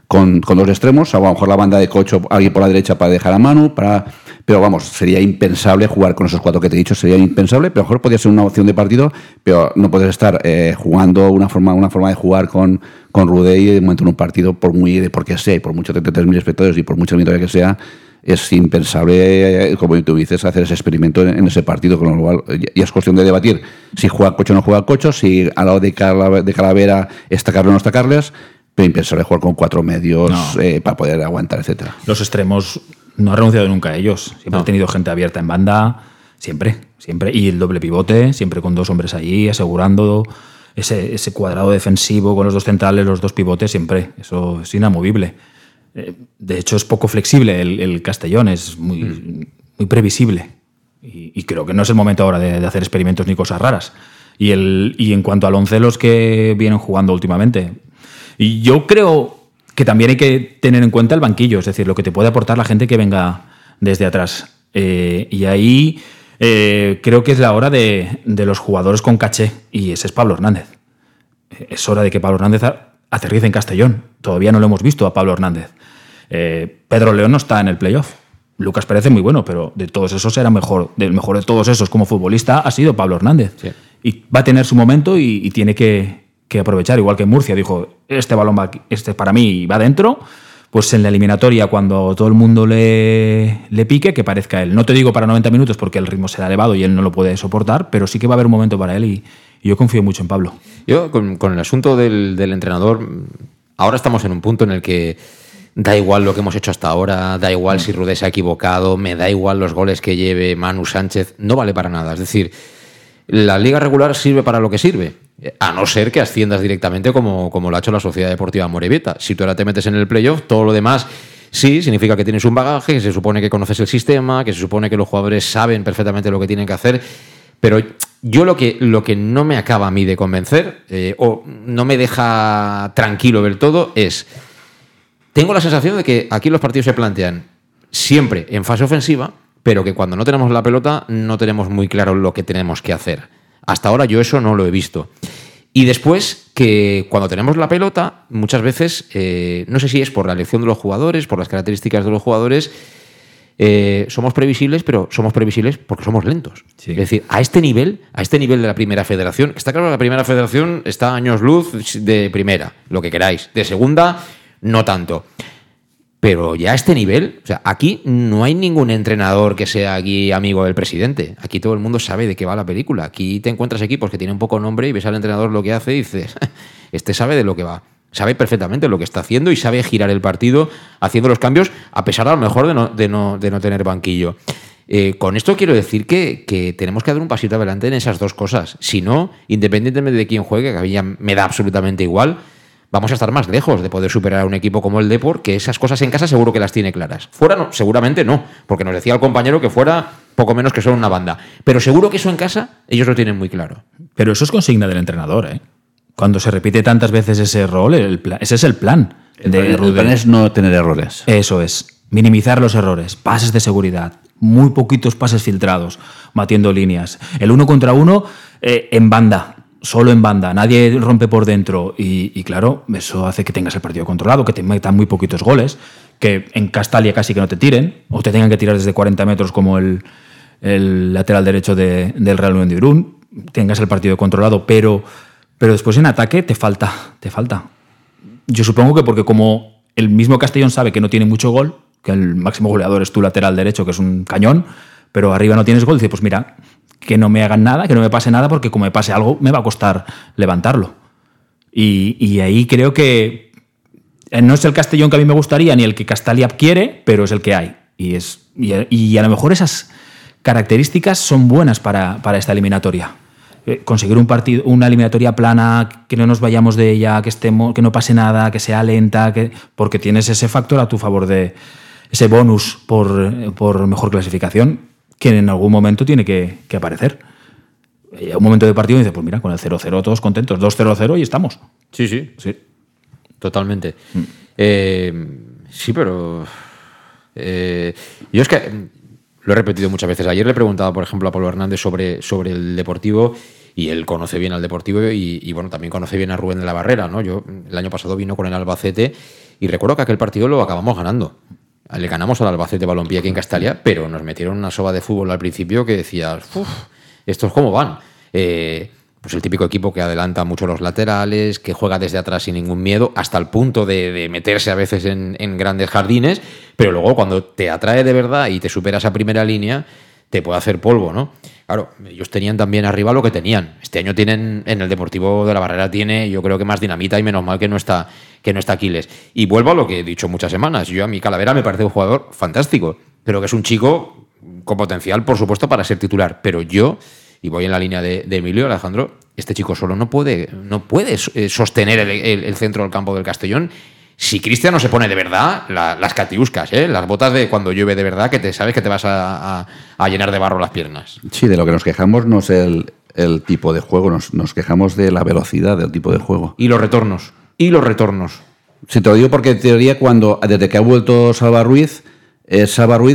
2 extremos, a lo mejor la banda de Cocho, alguien por la derecha para dejar a Manu, pero vamos, sería impensable jugar con esos 4 que te he dicho, sería impensable, pero a lo mejor podría ser una opción de partido, pero no puedes estar jugando una forma de jugar con Rudé y de momento en un partido, porque sea, y por muchos 33.000 espectadores y por mucha eliminatoria que sea, es impensable, como tú dices, hacer ese experimento en ese partido, con lo cual ya es cuestión de debatir si juega Cocho o no juega Cocho, si al lado de Calavera está Carles o no está Carles, pero impensable jugar con 4 medios para poder aguantar, etcétera. Los extremos no ha renunciado nunca a ellos, siempre ha tenido gente abierta en banda, siempre, y el doble pivote, siempre con 2 hombres allí, asegurando ese cuadrado defensivo con los 2 centrales, los 2 pivotes, siempre, eso es inamovible. De hecho, es poco flexible el Castellón, es muy previsible. Y creo que no es el momento ahora de hacer experimentos ni cosas raras. Y en cuanto al 11, los que vienen jugando últimamente. Y yo creo que también hay que tener en cuenta el banquillo, es decir, lo que te puede aportar la gente que venga desde atrás. Y ahí creo que es la hora de los jugadores con caché, y ese es Pablo Hernández. Es hora de que Pablo Hernández aterrice en Castellón. Todavía no lo hemos visto a Pablo Hernández. Pedro León no está en el playoff. Lucas Pérez es muy bueno, pero de todos esos era mejor. Del mejor de todos esos como futbolista ha sido Pablo Hernández. Sí. Y va a tener su momento y tiene que aprovechar. Igual que Murcia dijo, este balón para mí va dentro, pues en la eliminatoria, cuando todo el mundo le pique, que parezca él. No te digo para 90 minutos porque el ritmo será elevado y él no lo puede soportar, pero sí que va a haber un momento para él y yo confío mucho en Pablo. Yo, con el asunto del entrenador, ahora estamos en un punto en el que da igual lo que hemos hecho hasta ahora, da igual si Rudé se ha equivocado, me da igual los goles que lleve Manu Sánchez, no vale para nada. Es decir, la liga regular sirve para lo que sirve, a no ser que asciendas directamente como lo ha hecho la Sociedad Deportiva Amorebieta. Si tú ahora te metes en el playoff, todo lo demás sí significa que tienes un bagaje, que se supone que conoces el sistema, que se supone que los jugadores saben perfectamente lo que tienen que hacer, pero yo lo que no me acaba a mí de convencer o no me deja tranquilo del todo es... Tengo la sensación de que aquí los partidos se plantean siempre en fase ofensiva, pero que cuando no tenemos la pelota no tenemos muy claro lo que tenemos que hacer. Hasta ahora yo eso no lo he visto. Y después, que cuando tenemos la pelota, muchas veces, no sé si es por la elección de los jugadores, por las características de los jugadores, somos previsibles, pero somos previsibles porque somos lentos. Sí. Es decir, a este nivel de la primera federación, está claro que la primera federación está a años luz de primera, lo que queráis. De segunda, no tanto. Pero ya a este nivel, o sea, aquí no hay ningún entrenador que sea aquí amigo del presidente. Aquí todo el mundo sabe de qué va la película. Aquí te encuentras equipos que tienen poco nombre y ves al entrenador lo que hace y dices, este sabe de lo que va. Sabe perfectamente lo que está haciendo y sabe girar el partido haciendo los cambios, a pesar a lo mejor de no tener banquillo. Con esto quiero decir que tenemos que dar un pasito adelante en esas dos cosas. Si no, independientemente de quién juegue, que a mí ya me da absolutamente igual, vamos a estar más lejos de poder superar a un equipo como el Depor, que esas cosas en casa seguro que las tiene claras. Fuera no, seguramente no, porque nos decía el compañero que fuera poco menos que solo una banda. Pero seguro que eso en casa ellos lo tienen muy claro. Pero eso es consigna del entrenador, ¿eh? Cuando se repite tantas veces ese rol, ese es el plan. El plan es no tener errores. Eso es, minimizar los errores, pases de seguridad, muy poquitos pases filtrados, batiendo líneas. El 1 contra 1 en banda. Solo en banda, nadie rompe por dentro y claro, eso hace que tengas el partido controlado, que te metan muy poquitos goles, que en Castalia casi que no te tiren, o te tengan que tirar desde 40 metros como el lateral derecho del Real Unión de Irún, tengas el partido controlado, pero después en ataque te falta. Yo supongo que porque como el mismo Castellón sabe que no tiene mucho gol, que el máximo goleador es tu lateral derecho, que es un cañón, pero arriba no tienes gol, dice, pues mira, que no me hagan nada, que no me pase nada, porque como me pase algo me va a costar levantarlo. Y ahí creo que no es el Castellón que a mí me gustaría, ni el que Castalia quiere, pero es el que hay. Y a lo mejor esas características son buenas para esta eliminatoria. Conseguir una eliminatoria plana, que no nos vayamos de ella, que no pase nada, que sea lenta, porque tienes ese factor a tu favor, de ese bonus por mejor clasificación, que en algún momento tiene que aparecer. Y a un momento de partido dice, pues mira, con el 0-0 todos contentos, 2-0-0 y estamos. Sí. Totalmente. Sí, pero... yo es que lo he repetido muchas veces. Ayer le preguntaba, por ejemplo, a Pablo Hernández sobre el Deportivo, y él conoce bien al Deportivo y bueno, también conoce bien a Rubén de la Barrera, ¿no? Yo el año pasado vino con el Albacete y recuerdo que aquel partido lo acabamos ganando. Le ganamos al Albacete Balompié aquí en Castalia, pero nos metieron una soba de fútbol al principio que decías, ¿estos cómo van? Pues el típico equipo que adelanta mucho los laterales, que juega desde atrás sin ningún miedo, hasta el punto de meterse a veces en grandes jardines, pero luego cuando te atrae de verdad y te supera esa primera línea, te puede hacer polvo, ¿no? Claro, ellos tenían también arriba lo que tenían. Este año tienen, en el Deportivo de la Barrera tiene, yo creo que más dinamita y menos mal que no está Aquiles. Y vuelvo a lo que he dicho muchas semanas. Yo a mi Calavera me parece un jugador fantástico. Creo que es un chico con potencial, por supuesto, para ser titular. Pero yo, y voy en la línea de Emilio, Alejandro, este chico solo no puede sostener el centro del campo del Castellón. Si Cristian no se pone de verdad las catiuscas, las botas de cuando llueve de verdad, que te sabes que te vas a llenar de barro las piernas. Sí, de lo que nos quejamos no es el tipo de juego, nos quejamos de la velocidad del tipo de juego. Y los retornos. Sí, te lo digo porque en teoría desde que ha vuelto Salva Ruiz el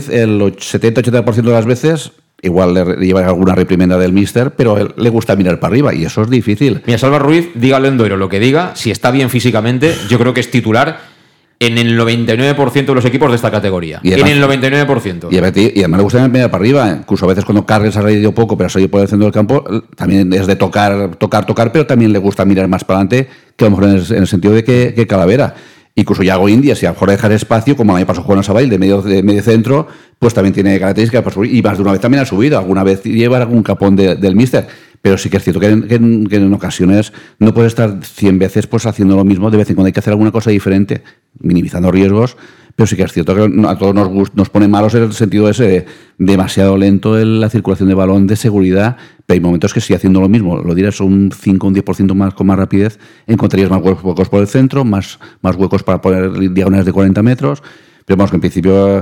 70-80% de las veces... Igual le lleva alguna reprimenda del míster, pero a él le gusta mirar para arriba y eso es difícil. Mira, Salva Ruiz, dígale Endoiro lo que diga, si está bien físicamente, yo creo que es titular en el 99% de los equipos de esta categoría. Y además, en el 99%. Y además le gusta mirar para arriba. Incluso a veces cuando cargues ha reído poco, pero ha salido por el centro del campo, también es de tocar, pero también le gusta mirar más para adelante, que a lo mejor en el sentido de que Calavera. Incluso Yago Indias, si a lo mejor dejar espacio, como el año pasado Juan Sabail de medio centro, pues también tiene características para subir. Y más de una vez también ha subido, alguna vez lleva algún capón del míster. Pero sí que es cierto que en ocasiones no puedes estar 100 veces pues haciendo lo mismo, de vez en cuando hay que hacer alguna cosa diferente, minimizando riesgos. Pero sí que es cierto que a todos nos pone malos en el sentido ese de demasiado lento en la circulación de balón, de seguridad, pero hay momentos que sí haciendo lo mismo, lo dirás un 5 o un 10% más con más rapidez, encontrarías más huecos por el centro, más huecos para poner diagonales de 40 metros, pero vamos que en principio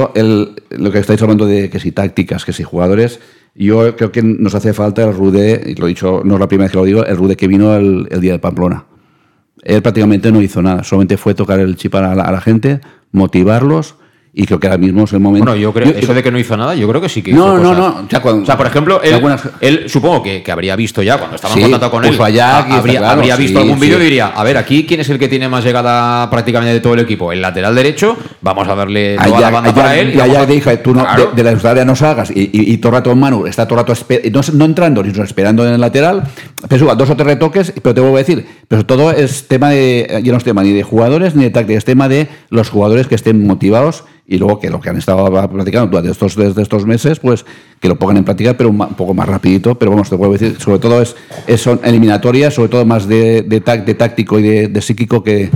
lo que estáis hablando de que si tácticas, que si jugadores, yo creo que nos hace falta el Rude, y lo he dicho, no es la primera vez que lo digo, el Rude que vino el día de Pamplona. Él prácticamente no hizo nada, solamente fue tocar el chip a la gente, motivarlos, y creo que ahora mismo es el momento. Bueno, yo creo eso de que no hizo nada, yo creo que sí que hizo cosas. No. O sea, por ejemplo, él supongo que habría visto ya, cuando estaba en contacto con él, habría visto algún vídeo y diría, a ver, aquí, ¿quién es el que tiene más llegada prácticamente de todo el equipo? El lateral derecho, vamos a darle toda la banda para él. Y allá te dije, tú de la área no salgas, y todo el rato Manu está todo el rato no entrando, sino esperando en el lateral, pero 2 o 3 retoques, pero te vuelvo a decir, pero todo es tema ya no es tema ni de jugadores ni de táctica, es tema de los jugadores que estén motivados. Y luego que lo que han estado platicando desde estos meses, pues que lo pongan en práctica, pero un poco más rapidito. Pero vamos, te puedo decir, sobre todo son eliminatorias, sobre todo más de táctico y de psíquico que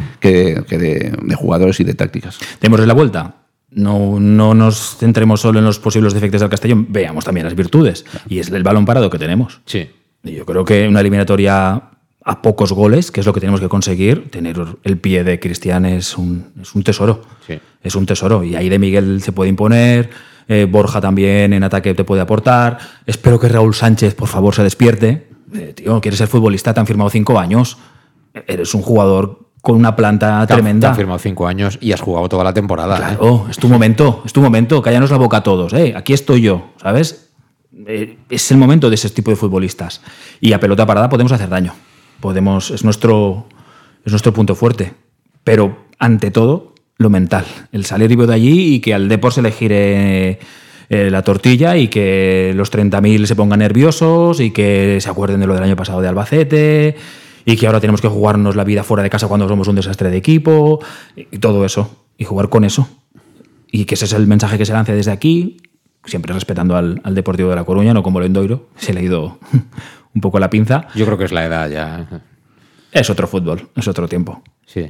de jugadores y de tácticas. Démosle la vuelta. No nos centremos solo en los posibles defectos del Castellón, veamos también las virtudes. Y es el balón parado que tenemos. Sí. Y yo creo que una eliminatoria a pocos goles, que es lo que tenemos que conseguir, tener el pie de Cristian es un tesoro. Sí. Es un tesoro. Y ahí de Miguel se puede imponer, Borja también en ataque te puede aportar. Espero que Raúl Sánchez, por favor, se despierte. Tío, quieres ser futbolista, te han firmado 5 años. Eres un jugador con una planta tremenda. Te han firmado 5 años y has jugado toda la temporada. Claro, es tu momento, cállanos la boca a todos. Aquí estoy yo, ¿sabes? Es el momento de ese tipo de futbolistas. Y a pelota parada podemos hacer daño. Es nuestro punto fuerte. Pero, ante todo, lo mental. El salir vivo de allí y que al Depor se le gire la tortilla y que los 30.000 se pongan nerviosos y que se acuerden de lo del año pasado de Albacete y que ahora tenemos que jugarnos la vida fuera de casa cuando somos un desastre de equipo y todo eso. Y jugar con eso. Y que ese es el mensaje que se lanza desde aquí, siempre respetando al Deportivo de La Coruña, no como el Endoiro. Se le ha ido un poco la pinza. Yo creo que es la edad ya. Es otro fútbol, es otro tiempo. Sí.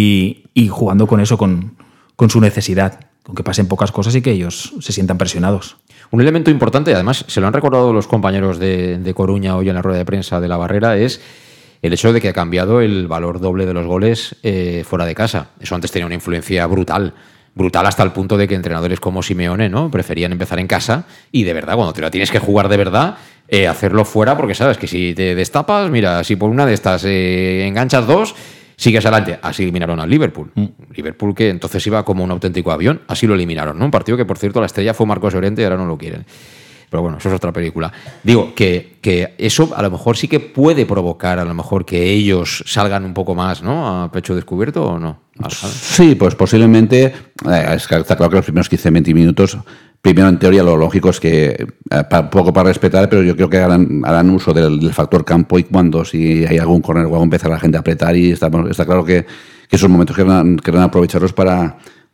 Y jugando con eso, con su necesidad, con que pasen pocas cosas y que ellos se sientan presionados. Un elemento importante, y además se lo han recordado los compañeros de Coruña hoy en la rueda de prensa de la Barrera, es el hecho de que ha cambiado el valor doble de los goles fuera de casa. Eso antes tenía una influencia brutal hasta el punto de que entrenadores como Simeone, ¿no?, preferían empezar en casa y de verdad, cuando te la tienes que jugar de verdad, hacerlo fuera, porque sabes que si te destapas, mira, si por una de estas enganchas 2, sigues adelante. Así eliminaron al Liverpool. Liverpool que entonces iba como un auténtico avión, así lo eliminaron, ¿no? Un partido que, por cierto, la estrella fue Marcos Llorente y ahora no lo quieren. Pero bueno, eso es otra película. Digo, que eso a lo mejor sí que puede provocar a lo mejor que ellos salgan un poco más, ¿no?, a pecho descubierto, ¿o no? Sí, pues posiblemente. Está claro que los primeros 15-20 minutos, primero en teoría lo lógico es que, poco para respetar, pero yo creo que harán uso del factor campo y cuando si hay algún córner o algo empezar la gente a apretar y está claro que esos momentos querrán aprovecharlos para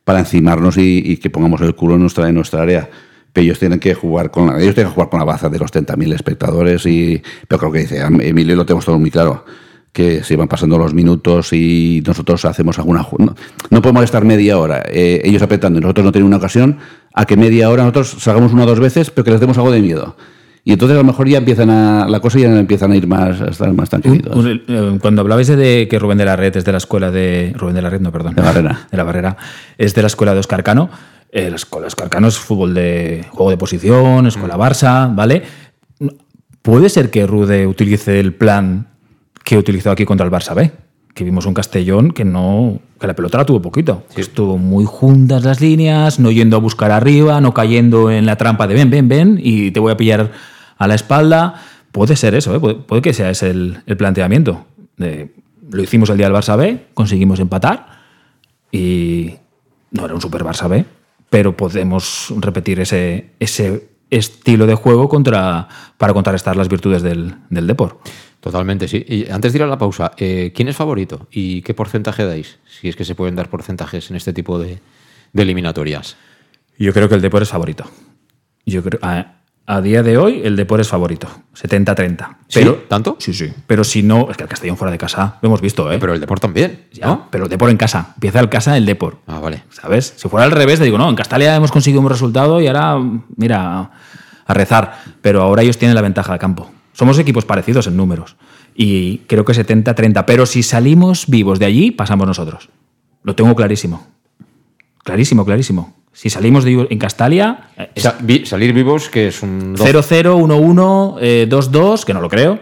para encimarnos y que pongamos el culo en nuestra área. Pero ellos tienen que jugar con la baza de los 30.000 espectadores, pero creo que dice Emilio, lo tenemos todo muy claro, que se van pasando los minutos y nosotros hacemos alguna... No podemos estar media hora ellos apretando y nosotros no tenemos una ocasión a que media hora nosotros salgamos 1 o 2 veces, pero que les demos algo de miedo. Y entonces a lo mejor ya empiezan a ir a estar más tranquilitos. Cuando hablabais de que Rubén de la Red es de la escuela de... Rubén de la Red, no, perdón. De la Barrera. Es de la escuela de Óscar Cano. La escuela de Óscar Cano es fútbol de juego de posición, escuela Barça, ¿vale? ¿Puede ser que Rude utilice el plan que utilizó aquí contra el Barça B? Que vimos un Castellón que la pelota la tuvo poquito. Sí. Estuvo muy juntas las líneas, no yendo a buscar arriba, no cayendo en la trampa de ven, y te voy a pillar a la espalda. Puede ser eso, ¿eh? Puede que sea ese el planteamiento. Lo hicimos el día del Barça B, conseguimos empatar y no era un super Barça B, pero podemos repetir ese estilo de juego para contrarrestar las virtudes del Depor. Totalmente, sí. Y antes de ir a la pausa, ¿quién es favorito y qué porcentaje dais? Si es que se pueden dar porcentajes en este tipo de eliminatorias. Yo creo que el Depor es favorito. Yo creo a día de hoy el Depor es favorito, 70-30. Pero, ¿sí? ¿Tanto? Sí. Pero si no, es que el Castellón fuera de casa lo hemos visto, ¿eh? Pero el Depor también, ya, ¿no? Pero el Depor en casa. Empieza el casa el Depor. Ah, vale. ¿Sabes? Si fuera al revés, te digo, no, en Castalia hemos conseguido un resultado y ahora, mira, a rezar. Pero ahora ellos tienen la ventaja de campo. Somos equipos parecidos en números. Y creo que 70-30. Pero si salimos vivos de allí, pasamos nosotros. Lo tengo clarísimo. Clarísimo. Si salimos en Castalia... salir vivos, que es un... 0-0, 1-1, 2-2, que no lo creo,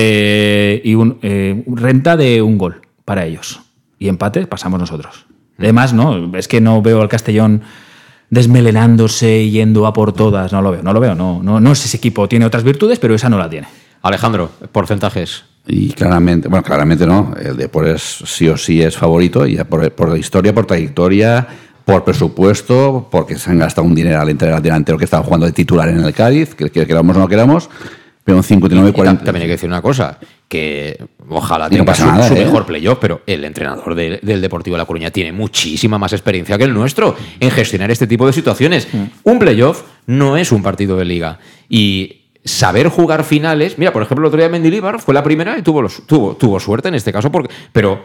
y renta de un gol para ellos. Y empate, pasamos nosotros. Además, no, es que no veo al Castellón desmelenándose y yendo a por todas. No lo veo. No es ese equipo. Tiene otras virtudes, pero esa no la tiene. Alejandro, porcentajes. Y claramente no. El Depor sí o sí es favorito, ya por la historia, por trayectoria, por presupuesto, porque se han gastado un dinero al delantero que estaba jugando de titular en el Cádiz, que queramos o no queramos, pero un 59-40. También hay que decir una cosa, que ojalá tenga su mejor playoff, pero el entrenador del Deportivo de La Coruña tiene muchísima más experiencia que el nuestro en gestionar este tipo de situaciones. Un playoff no es un partido de liga. Y saber jugar finales... Mira, por ejemplo, el otro día Mendilibar fue la primera y tuvo suerte en este caso, pero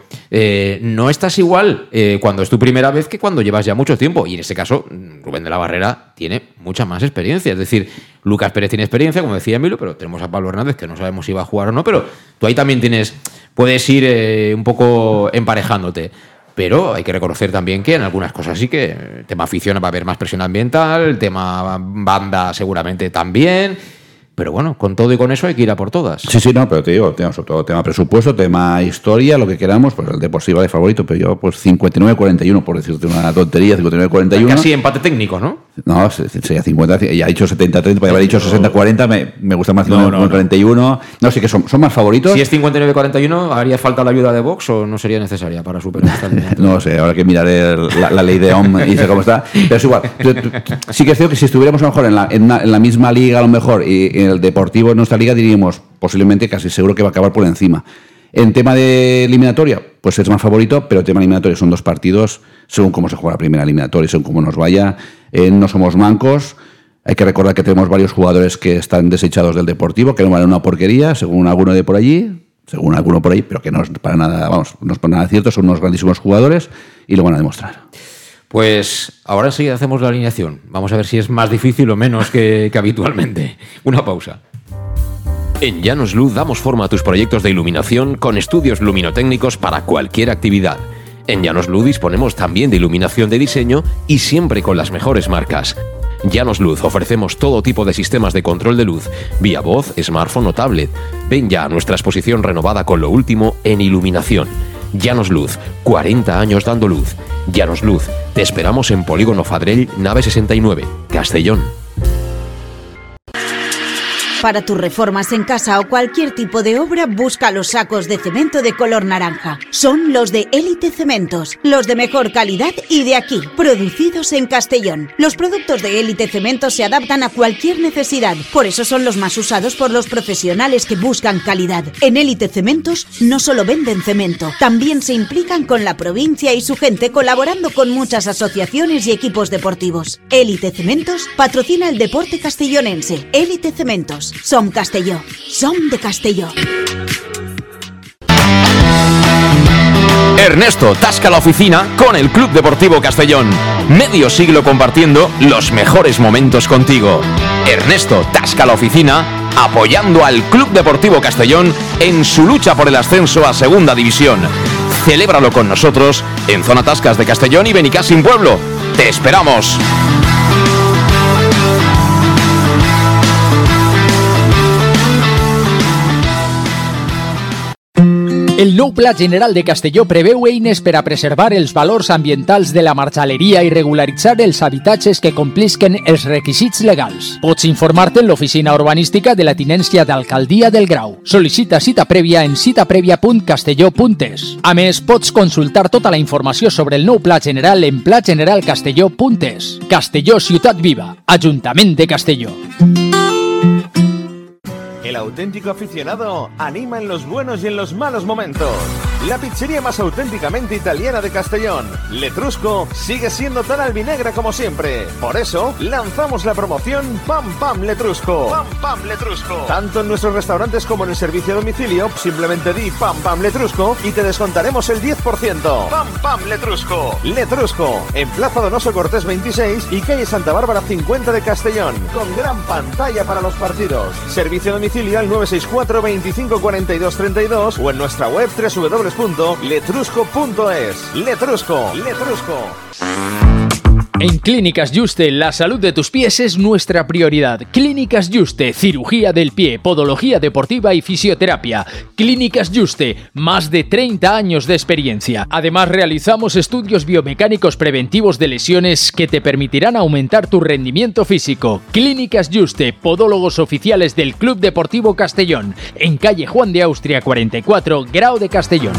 no estás igual cuando es tu primera vez que cuando llevas ya mucho tiempo. Y en este caso, Rubén de la Barrera tiene mucha más experiencia. Es decir, Lucas Pérez tiene experiencia, como decía Emilio, pero tenemos a Pablo Hernández, que no sabemos si va a jugar o no, pero tú ahí también puedes ir un poco emparejándote. Pero hay que reconocer también que en algunas cosas sí que tema afición va a haber más presión ambiental, tema banda seguramente también. Pero bueno, con todo y con eso hay que ir a por todas. Sí, no, pero te digo, sobre todo tema presupuesto, tema historia, lo que queramos, pues el Depor sí va de favorito, pero yo pues 59-41, por decirte una tontería, 59-41. Casi empate técnico, ¿no? No, sería 50, ya ha dicho 70-30, podría haber dicho 60-40, me gusta más 59-41. No, sí que son más favoritos. Si es 59-41, ¿haría falta la ayuda de Vox o no sería necesaria para superar esta línea? No sé, ahora que miraré la ley de Ohm y sé cómo está. Pero es igual. Sí que es cierto que si estuviéramos a lo mejor en la misma liga, a lo mejor, y en el Deportivo en nuestra liga, diríamos posiblemente casi seguro que va a acabar por encima. En tema de eliminatoria, pues es más favorito, pero el tema eliminatorio son 2 partidos, según cómo se juega la primera eliminatoria, según cómo nos vaya. No somos mancos. Hay que recordar que tenemos varios jugadores que están desechados del Deportivo, que no valen una porquería, según alguno por allí, pero que no es para nada, no es para nada cierto, son unos grandísimos jugadores y lo van a demostrar. Pues ahora sí hacemos la alineación. Vamos a ver si es más difícil o menos que habitualmente. Una pausa. En Llanos Luz damos forma a tus proyectos de iluminación con estudios luminotécnicos para cualquier actividad. En Llanos Luz disponemos también de iluminación de diseño y siempre con las mejores marcas. Llanos Luz ofrecemos todo tipo de sistemas de control de luz, vía voz, smartphone o tablet. Ven ya a nuestra exposición renovada con lo último en iluminación. Llanos Luz, 40 años dando luz. Llanos Luz, te esperamos en Polígono Fadrell, nave 69, Castellón. Para tus reformas en casa o cualquier tipo de obra, busca los sacos de cemento de color naranja. Son los de Élite Cementos, los de mejor calidad y de aquí, producidos en Castellón. Los productos de Élite Cementos se adaptan a cualquier necesidad, por eso son los más usados por los profesionales que buscan calidad. En Élite Cementos no solo venden cemento, también se implican con la provincia y su gente, colaborando con muchas asociaciones y equipos deportivos. Élite Cementos patrocina el deporte castellonense. Élite Cementos, som Castelló, som de Castelló. Ernesto tasca la oficina con el Club Deportivo Castellón. Medio siglo compartiendo los mejores momentos contigo. Ernesto tasca la oficina apoyando al Club Deportivo Castellón en su lucha por el ascenso a Segunda División. Celébralo con nosotros en Zona Tascas de Castellón y Benicàssim Pueblo. ¡Te esperamos! El nou Pla General de Castelló preveu eines per a preservar els valors ambientals de la marxaleria i regularitzar els habitatges que complisquen els requisits legals. Pots informar-te en l'oficina urbanística de la tinència d'Alcaldia del Grau. Sol·licita cita prèvia en citaprèvia.castelló.es. A més, pots consultar tota la informació sobre el nou Pla General en plageneralcastelló.es. Castelló, ciutat viva. Ajuntament de Castelló. El auténtico aficionado anima en los buenos y en los malos momentos. La pizzería más auténticamente italiana de Castellón, Letrusco, sigue siendo tan albinegra como siempre. Por eso, lanzamos la promoción Pam Pam Letrusco. Pam Pam Letrusco. Tanto en nuestros restaurantes como en el servicio a domicilio, simplemente di Pam Pam Letrusco y te descontaremos el 10%. Pam Pam Letrusco. Letrusco, en Plaza Donoso Cortés 26 y calle Santa Bárbara 50 de Castellón, con gran pantalla para los partidos. Servicio a domicilio al 964 25 42 32 o en nuestra web www.letrusco.es. Letrusco. En Clínicas Juste, la salud de tus pies es nuestra prioridad. Clínicas Juste, cirugía del pie, podología deportiva y fisioterapia. Clínicas Juste, más de 30 años de experiencia. Además, realizamos estudios biomecánicos preventivos de lesiones que te permitirán aumentar tu rendimiento físico. Clínicas Juste, podólogos oficiales del Club Deportivo Castellón, en calle Juan de Austria 44, Grau de Castellón.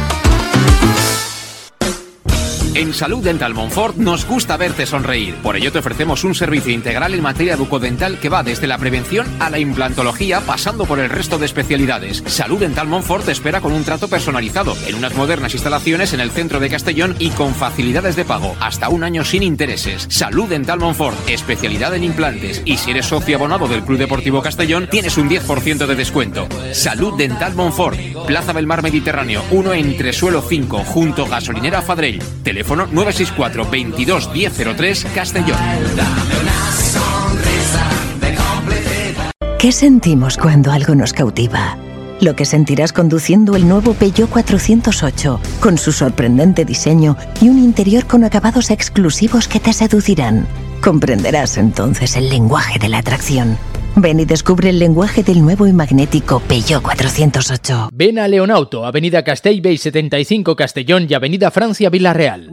En Salud Dental Montfort nos gusta verte sonreír. Por ello te ofrecemos un servicio integral en materia bucodental que va desde la prevención a la implantología, pasando por el resto de especialidades. Salud Dental Montfort te espera con un trato personalizado, en unas modernas instalaciones en el centro de Castellón y con facilidades de pago, hasta un año sin intereses. Salud Dental Montfort, especialidad en implantes. Y si eres socio abonado del Club Deportivo Castellón, tienes un 10% de descuento. Salud Dental Montfort, Plaza del Mar Mediterráneo, 1 Entresuelo 5, junto Gasolinera Fadrell. Teléfono 964 22 1003 Castellón. ¿Qué sentimos cuando algo nos cautiva? Lo que sentirás conduciendo el nuevo Peugeot 408, con su sorprendente diseño y un interior con acabados exclusivos que te seducirán. Comprenderás entonces el lenguaje de la atracción. Ven y descubre el lenguaje del nuevo y magnético Peugeot 408. Ven a Leonauto, Avenida Castellbell 75 Castellón y Avenida Francia Villarreal.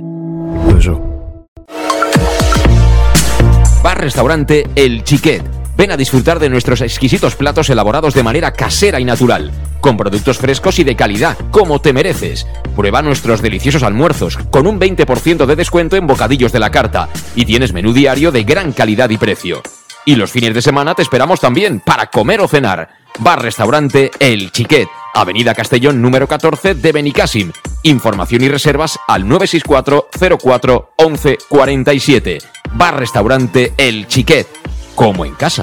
Bar Restaurante El Xiquet. Ven a disfrutar de nuestros exquisitos platos elaborados de manera casera y natural, con productos frescos y de calidad, como te mereces. Prueba nuestros deliciosos almuerzos, con un 20% de descuento en bocadillos de la carta, y tienes menú diario de gran calidad y precio. Y los fines de semana te esperamos también para comer o cenar. Bar Restaurante El Xiquet, Avenida Castellón número 14 de Benicàssim. Información y reservas al 964 04 11 47. Bar Restaurante El Xiquet, como en casa.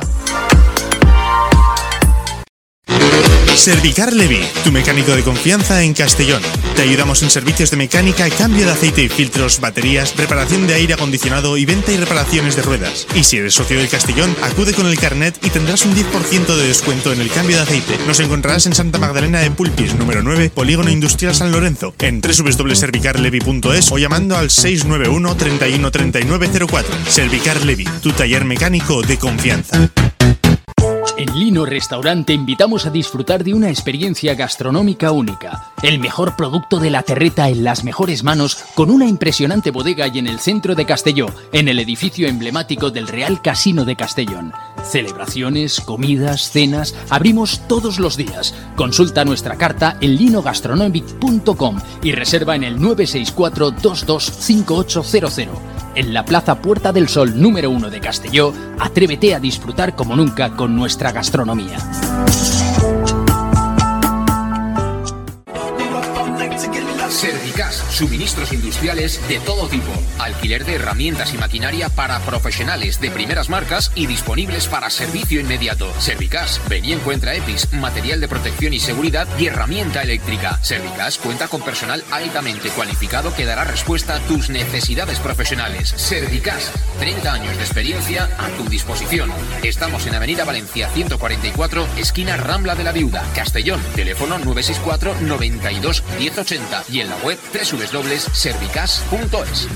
Servicar Levi, tu mecánico de confianza en Castellón. Te ayudamos en servicios de mecánica, cambio de aceite y filtros, baterías, reparación de aire acondicionado y venta y reparaciones de ruedas. Y si eres socio del Castellón, acude con el carnet y tendrás un 10% de descuento en el cambio de aceite. Nos encontrarás en Santa Magdalena de Pulpis, número 9, Polígono Industrial San Lorenzo, en www.servicarlevi.es o llamando al 691 31 39 04. Servicar Levi, tu taller mecánico de confianza. En Lino Restaurant te invitamos a disfrutar de una experiencia gastronómica única. El mejor producto de la terreta en las mejores manos, con una impresionante bodega y en el centro de Castelló, en el edificio emblemático del Real Casino de Castellón. Celebraciones, comidas, cenas, abrimos todos los días. Consulta nuestra carta en linogastronomic.com y reserva en el 964 225800. En la Plaza Puerta del Sol número 1 de Castelló, atrévete a disfrutar como nunca con nuestra gastronomía. Servicas, suministros industriales de todo tipo, alquiler de herramientas y maquinaria para profesionales de primeras marcas y disponibles para servicio inmediato. Servicas, ven y encuentra EPIs, material de protección y seguridad y herramienta eléctrica. Servicas cuenta con personal altamente cualificado que dará respuesta a tus necesidades profesionales. Servicas, 30 años de experiencia a tu disposición. Estamos en Avenida Valencia 144, esquina Rambla de la Viuda, Castellón. Teléfono 964 92 1080 y en la web www.servicas.es.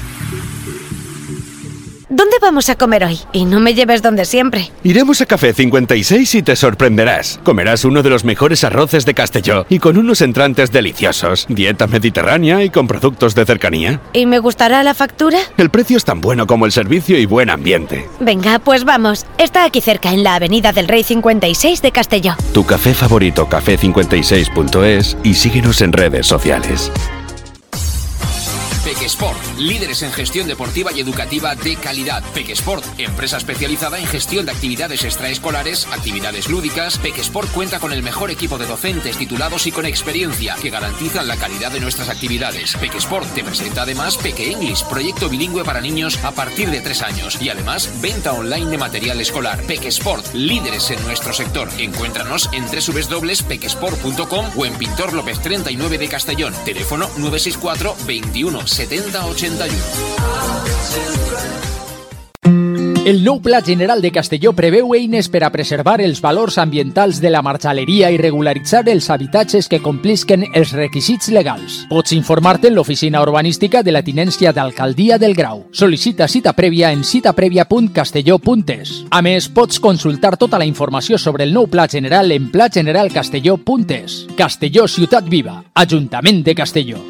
¿Dónde vamos a comer hoy? Y no me lleves donde siempre. Iremos a Café 56 y te sorprenderás. Comerás uno de los mejores arroces de Castelló y con unos entrantes deliciosos. Dieta mediterránea y con productos de cercanía. ¿Y me gustará la factura? El precio es tan bueno como el servicio y buen ambiente. Venga, pues vamos. Está aquí cerca, en la Avenida del Rey 56 de Castelló. Tu café favorito, café56.es, y síguenos en redes sociales. Pequesport, líderes en gestión deportiva y educativa de calidad. Pequesport, empresa especializada en gestión de actividades extraescolares, actividades lúdicas. Pequesport cuenta con el mejor equipo de docentes titulados y con experiencia que garantizan la calidad de nuestras actividades. Pequesport te presenta además Peque English, proyecto bilingüe para niños a partir de 3 años y además venta online de material escolar. Pequesport, líderes en nuestro sector. Encuéntranos en www.pequesport.com o en Pintor López 39 de Castellón. Teléfono 964 21 70 81. El nou Pla General de Castelló preveu eines per a preservar els valors ambientals de la marxaleria i regularitzar els habitatges que complisquen els requisits legals. Pots informar-te en l'oficina urbanística de la tinència d'Alcaldia del Grau. Sol·licita cita prèvia en citaprèvia.castelló.es. A més, pots consultar tota la informació sobre el nou Pla General en plageneralcastelló.es. Castelló, ciutat viva. Ajuntament de Castelló.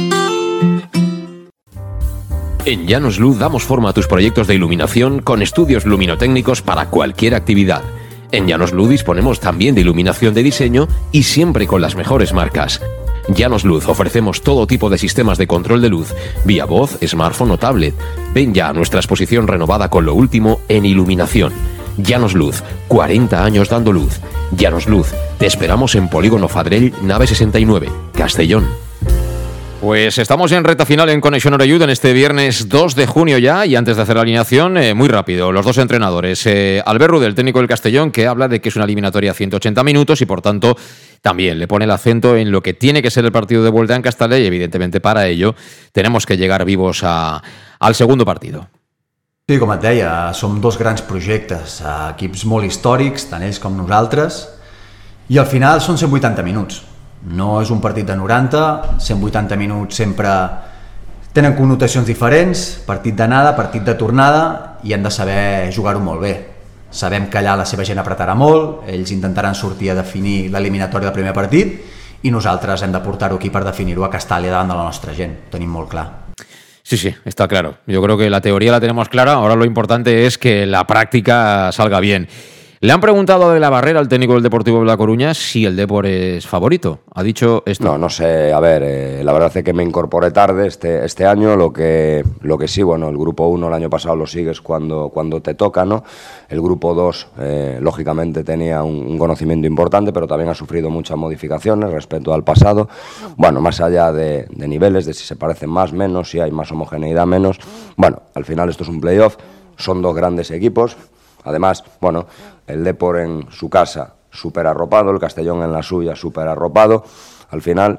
En Llanos Luz damos forma a tus proyectos de iluminación con estudios luminotécnicos para cualquier actividad. En Llanos Luz disponemos también de iluminación de diseño y siempre con las mejores marcas. Llanos Luz ofrecemos todo tipo de sistemas de control de luz, vía voz, smartphone o tablet. Ven ya a nuestra exposición renovada con lo último en iluminación. Llanos Luz, 40 años dando luz. Llanos Luz, te esperamos en Polígono Fadrell, nave 69, Castellón. Pues estamos en recta final en Conexión Oreyud en este viernes 2 de junio ya, y antes de hacer la alineación, muy rápido, los dos entrenadores. Albert Rudel, técnico del Castellón, que habla de que es una eliminatoria a 180 minutos y por tanto también le pone el acento en lo que tiene que ser el partido de vuelta en Castelló, y evidentemente para ello tenemos que llegar vivos al segundo partido. Sí, com et deia, som dos grans projectes, equips molt històrics, tant ells com nosaltres, i al final són 180 minuts. No és un partit de 90, 180 minuts sempre tenen connotacions diferents, partit d'anada, partit de tornada, i han de saber jugar-ho molt bé. Sabem que allà la seva gent apretarà molt, ells intentaran sortir a definir l'eliminatòria del primer partit, i nosaltres hem de portar-ho aquí per definir-ho a Castàlia davant de la nostra gent, ho tenim molt clar. Sí, está claro. Yo creo que la teoría la tenemos clara, ahora lo importante es que la práctica salga bien. Le han preguntado a De la Barrera, al técnico del Deportivo de La Coruña, si el Depor es favorito. Ha dicho esto. No sé. A ver, la verdad es que me incorporé tarde este año. Lo que sí, bueno, el grupo 1 el año pasado lo sigues cuando te toca, ¿no? El grupo 2, lógicamente, tenía un conocimiento importante, pero también ha sufrido muchas modificaciones respecto al pasado. Bueno, más allá de niveles, de si se parecen más, menos, si hay más homogeneidad, menos. Bueno, al final esto es un playoff. Son dos grandes equipos. Además, bueno, el Depor en su casa súper arropado, el Castellón en la suya súper arropado. Al final,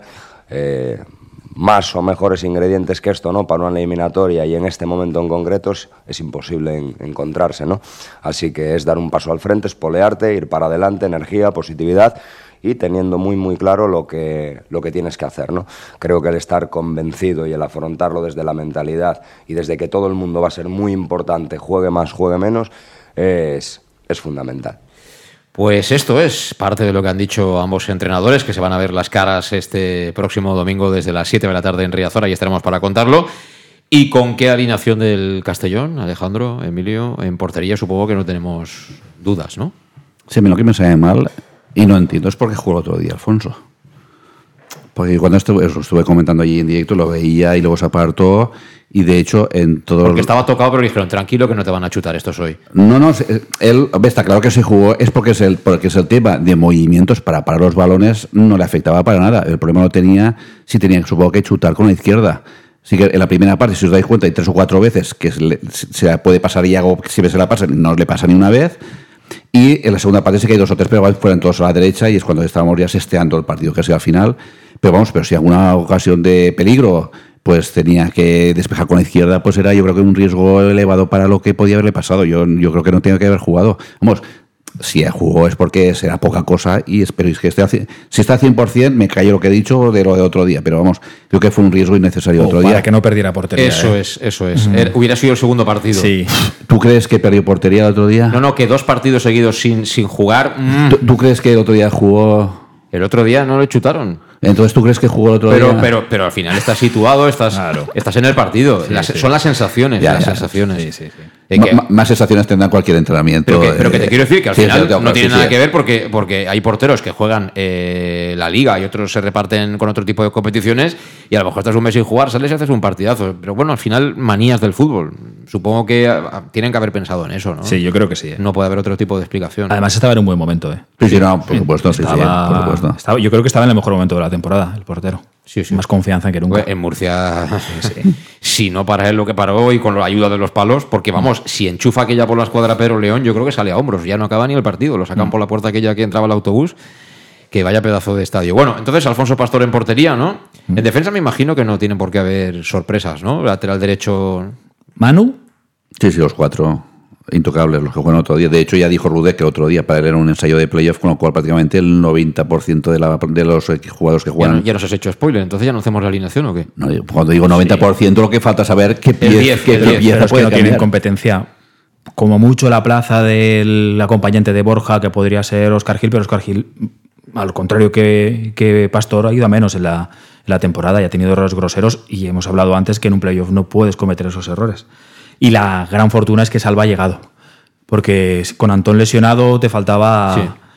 más o mejores ingredientes que esto, ¿no? Para una eliminatoria, y en este momento en concreto es imposible encontrarse, ¿no? Así que es dar un paso al frente, espolearte, ir para adelante, energía, positividad, y teniendo muy claro lo que tienes que hacer, ¿no? Creo que el estar convencido y el afrontarlo desde la mentalidad y desde que todo el mundo va a ser muy importante, juegue más, juegue menos, es fundamental. Pues esto es parte de lo que han dicho ambos entrenadores, que se van a ver las caras este próximo domingo desde las 7 de la tarde en Riazor, y estaremos para contarlo. ¿Y con qué alineación del Castellón, Alejandro, Emilio? En portería supongo que no tenemos dudas, ¿no? Sí, lo que me sabe mal, y no entiendo, es porque jugó el otro día Alfonso. Porque cuando estuve comentando allí en directo, lo veía y luego se apartó, y de hecho en todo... Porque estaba tocado, pero dijeron, tranquilo que no te van a chutar estos hoy. No, él, está claro que se jugó, es porque es el tema de movimientos para parar los balones, no le afectaba para nada. El problema lo tenía, si tenía, supongo que chutar con la izquierda. Así que en la primera parte, si os dais cuenta, hay 3 o 4 veces que se la puede pasar Iago, si se la pasa, no le pasa ni una vez. Y en la segunda parte sí que hay 2 o 3, pero fueron todos a la derecha, y es cuando estábamos ya sesteando el partido casi al final. Pero si alguna ocasión de peligro pues tenía que despejar con la izquierda, pues era, yo creo que un riesgo elevado para lo que podía haberle pasado. Yo creo que no tenía que haber jugado. Si jugó es porque será poca cosa, y espero que si está al 100%, me callo lo que he dicho de lo de otro día, pero creo que fue un riesgo innecesario otro día. Para que no perdiera portería. Eso es. Hubiera sido el segundo partido. Sí. ¿Tú crees que perdió portería el otro día? No, que 2 partidos seguidos sin jugar. ¿Tú crees que el otro día jugó? El otro día no le chutaron. Entonces, ¿tú crees que jugó el otro día? Pero al final estás situado, estás en el partido. Sí. Son las sensaciones. Sensaciones. Sí. Más sensaciones tendrá cualquier entrenamiento. Pero que te quiero decir que al final no tiene nada que ver, porque hay porteros que juegan la Liga y otros se reparten con otro tipo de competiciones, y a lo mejor estás un mes sin jugar, sales y haces un partidazo. Pero bueno, al final, manías del fútbol. Supongo que tienen que haber pensado en eso, ¿no? Sí, yo creo que sí. No puede haber otro tipo de explicación. Además estaba en un buen momento. Sí, no, por supuesto. Por supuesto. Yo creo que estaba en el mejor momento de la temporada, el portero. Sí. Más confianza que nunca. En Murcia, si no para él lo que paró, y con la ayuda de los palos, porque si enchufa aquella por la escuadra Pedro León, yo creo que sale a hombros, ya no acaba ni el partido, lo sacan por la puerta aquella que entraba el autobús, que vaya pedazo de estadio. Bueno, entonces Alfonso Pastor en portería, ¿no? En defensa me imagino que no tienen por qué haber sorpresas, ¿no? Lateral derecho... ¿Manu? Sí, los 4 intocables, los que juegan otro día. De hecho, ya dijo Rudé que otro día para él era un ensayo de playoff, con lo cual prácticamente el 90% de los jugadores que juegan... Ya nos has hecho spoiler, entonces ya no hacemos la alineación, ¿o qué? No, cuando digo 90%, lo que falta es saber qué pieza puede no tienen competencia. Como mucho la plaza del acompañante de Borja, que podría ser Óscar Gil, pero Óscar Gil, al contrario que Pastor, ha ido a menos en la temporada y ha tenido errores groseros, y hemos hablado antes que en un playoff no puedes cometer esos errores. Y la gran fortuna es que Salva ha llegado, porque con Antón lesionado te faltaba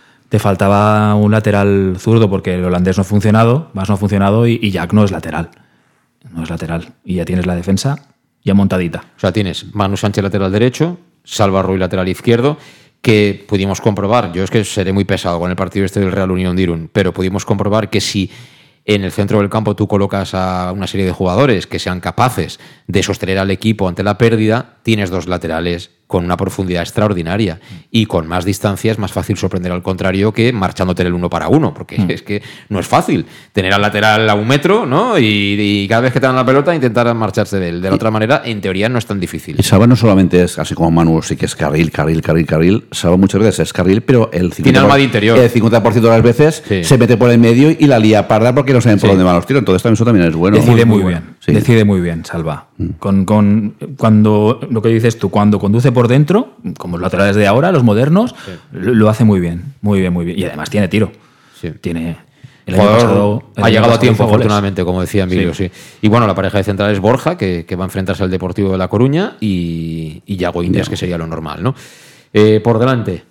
un lateral zurdo, porque el holandés no ha funcionado, Mas no ha funcionado, y Jack no es lateral. No es lateral. Y ya tienes la defensa ya montadita. O sea, tienes Manu Sánchez lateral derecho, Salva Ruiz lateral izquierdo, que pudimos comprobar, yo es que seré muy pesado con el partido este del Real Unión de Irún, pero pudimos comprobar que si en el centro del campo tú colocas a una serie de jugadores que sean capaces de sostener al equipo ante la pérdida, tienes 2 laterales con una profundidad extraordinaria, y con más distancia es más fácil sorprender al contrario que marchándote el 1 para 1, porque es que no es fácil tener al lateral a 1 metro, ¿no? Y cada vez que te dan la pelota intentar marcharse de él. De la otra manera, en teoría, no es tan difícil. Y Salva no solamente es, así como Manu, sí que es carril. Salva muchas veces es carril, pero tiene alma de interior. El 50% de las veces se mete por el medio y la lía parda porque no saben por dónde van los tiros. Entonces eso también es bueno. Decide muy bien. Sí. Decide muy bien, Salva. Cuando lo que dices tú, cuando conduce por dentro, como los laterales de ahora, los modernos, lo hace muy bien. Muy bien. Y además tiene tiro. Sí. El año pasado ha llegado a tiempo, afortunadamente, como decía Emilio. Sí. Y bueno, la pareja de centrales Borja, que va a enfrentarse al Deportivo de La Coruña, y Yago Indias, que sería lo normal, ¿no? Por delante.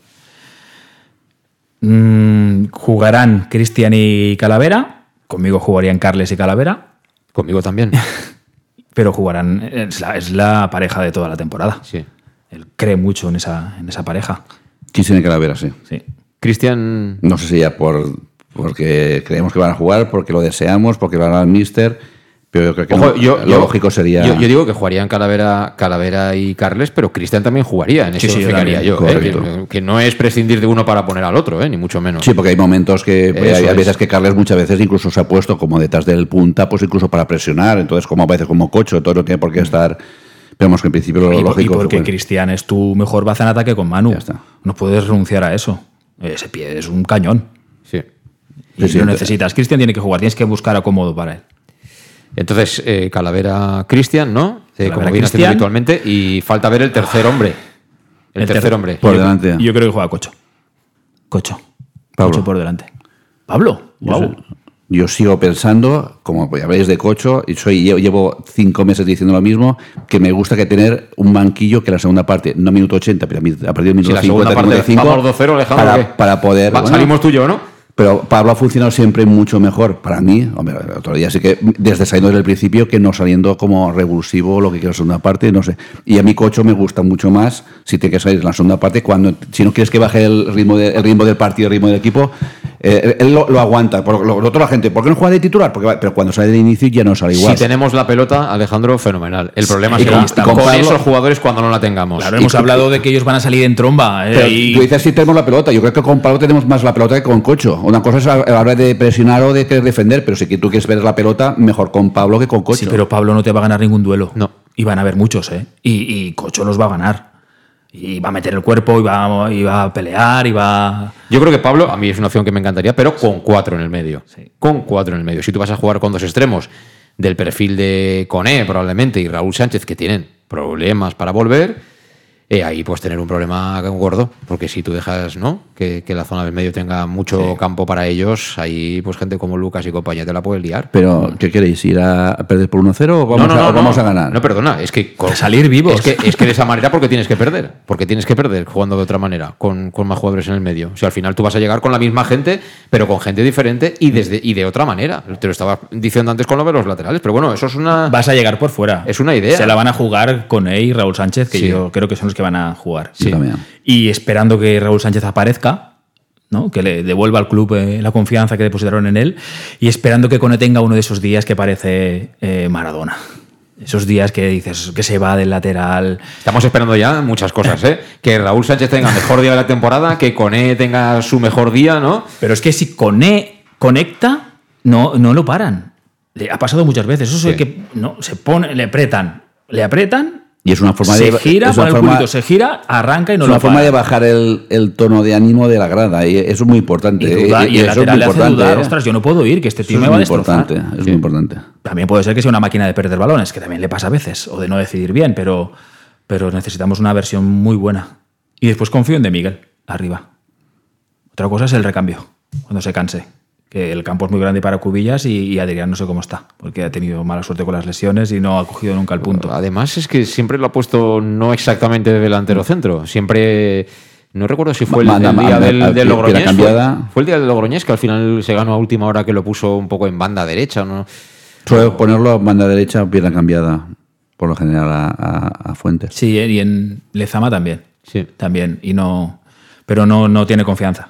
Jugarán Cristian y Calavera. Conmigo jugarían Carles y Calavera. Conmigo también. Pero jugarán, es la pareja de toda la temporada. Sí. Él cree mucho en esa pareja. Cristian y Calavera, sí. Cristian... No sé si ya porque creemos que van a jugar, porque lo deseamos, porque lo hará el míster, pero yo creo que lo lógico sería... Yo digo que jugarían Calavera y Carles, pero Cristian también jugaría, en eso fijaría yo. Que no es prescindir de uno para poner al otro, ni mucho menos. Sí, porque hay momentos que hay veces que Carles muchas veces incluso se ha puesto como detrás del punta, pues incluso para presionar, entonces como a veces como cocho, todo no tiene por qué estar... Vemos que en principio lo lógico... Y porque Cristian es tu mejor baza en ataque con Manu. Ya está. No puedes renunciar a eso. Ese pie es un cañón. Sí. Y lo necesitas. Cristian tiene que jugar, tienes que buscar acomodo para él. Entonces, Calavera Cristian, ¿no? Como viene haciendo habitualmente, y falta ver el tercer hombre. El tercer hombre. Por delante. Yo creo que juega Cocho. Cocho. Pablo. Cocho por delante. Pablo, wow. Yo sigo pensando, como ya veis de Cocho, y llevo 5 meses diciendo lo mismo, que me gusta que tener un banquillo que la segunda parte, no minuto 80, pero a partir del minuto 50, 55, vamos 2-0, Alejandro, para poder... salimos tú y yo, ¿no? Pero Pablo ha funcionado siempre mucho mejor para mí. Hombre, el otro día sí que desde saliendo desde el principio que no saliendo como revulsivo lo que quiero en la segunda parte, no sé. Y a mí Cocho me gusta mucho más si tiene que salir en la segunda parte si no quieres que baje el ritmo del partido, el ritmo del equipo. Él lo aguanta. Por lo otro la gente, ¿por qué no juega de titular? Pero cuando sale de inicio ya no sale igual. Si tenemos la pelota, Alejandro, fenomenal. El problema será con esos jugadores cuando no la tengamos. Claro, hemos hablado de que ellos van a salir en tromba. Tú dices si tenemos la pelota. Yo creo que con Pablo tenemos más la pelota que con Cocho. Una cosa es a la hora de presionar o de querer defender, pero si tú quieres ver la pelota, mejor con Pablo que con Cocho. Sí, pero Pablo no te va a ganar ningún duelo. No. Y van a haber muchos, ¿eh? Y Cocho los va a ganar. Y va a meter el cuerpo, y va a pelear, y va... Yo creo que Pablo, a mí es una opción que me encantaría, pero con 4 en el medio. Sí. Con 4 en el medio. Si tú vas a jugar con 2 extremos del perfil de Koné, probablemente, y Raúl Sánchez, que tienen problemas para volver, ahí puedes tener un problema gordo, porque si tú dejas, ¿no?, que la zona del medio tenga mucho campo para ellos, ahí pues gente como Lucas y compañía te la pueden liar. Pero, ¿qué queréis? ¿Ir a perder por 1-0 o vamos a ganar? No, perdona, es que salir vivos. Es que de esa manera porque tienes que perder jugando de otra manera, con más jugadores en el medio. O sea, al final tú vas a llegar con la misma gente, pero con gente diferente y de otra manera. Te lo estaba diciendo antes con lo de los laterales, pero bueno, eso es una... Vas a llegar por fuera. Es una idea. Se la van a jugar con él y Raúl Sánchez, que yo creo que son los que van a jugar. Sí. Y esperando que Raúl Sánchez aparezca, ¿no?, que le devuelva al club la confianza que depositaron en él, y esperando que Koné tenga uno de esos días que parece Maradona. Esos días que dices que se va del lateral. Estamos esperando ya muchas cosas, ¿eh? Que Raúl Sánchez tenga el mejor día de la temporada, que Koné tenga su mejor día, ¿no? Pero es que si Koné conecta, no lo paran. Le ha pasado muchas veces. Eso es que no se pone, le apretan. Y es una forma se gira, con el culito se gira, arranca y no lo para. Es una forma de bajar el tono de ánimo de la grada, y eso es muy importante. Y el lateral le hace dudar, ostras, yo no puedo ir, que este tío me va a destrozar. Es muy importante. También puede ser que sea una máquina de perder balones, que también le pasa a veces, o de no decidir bien, pero necesitamos una versión muy buena. Y después confío en De Miguel, arriba. Otra cosa es el recambio, cuando se canse. Que el campo es muy grande para Cubillas y Adrián no sé cómo está, porque ha tenido mala suerte con las lesiones y no ha cogido nunca el punto. Además es que siempre lo ha puesto no exactamente de delantero centro, siempre... No recuerdo si fue el día del Logroñés. Fue el día del Logroñés, que al final se ganó a última hora, que lo puso un poco en banda derecha, ¿no? Suele ponerlo en banda derecha, pierna cambiada, por lo general a Fuentes. Sí, y en Lezama también. Sí. También, y no... Pero no tiene confianza,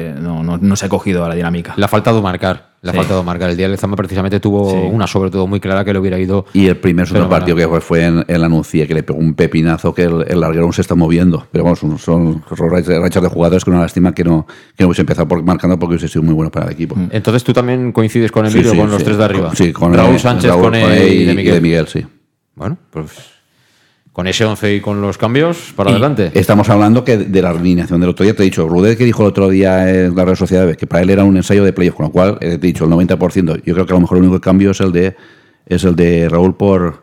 no se ha cogido a la dinámica. Le ha faltado marcar, El día de Lezama precisamente tuvo una sobre todo muy clara que le hubiera ido. Y el primer segundo partido que fue en la Nucía, que le pegó un pepinazo que el larguero se está moviendo. Pero vamos, son rachas de jugadores que una lástima que no hubiese empezado marcando, porque hubiese sido muy bueno para el equipo. Entonces tú también coincides con Emilio, con los tres de arriba. Sí, con Raúl Sánchez, Koné y de Miguel, sí. Bueno, pues... Con ese 11 y con los cambios, para adelante. Estamos hablando que de la alineación del otro día. Te he dicho, Rudet, que dijo el otro día en la red social que para él era un ensayo de playoff, con lo cual te he dicho el 90%. Yo creo que a lo mejor el único cambio es el de Raúl por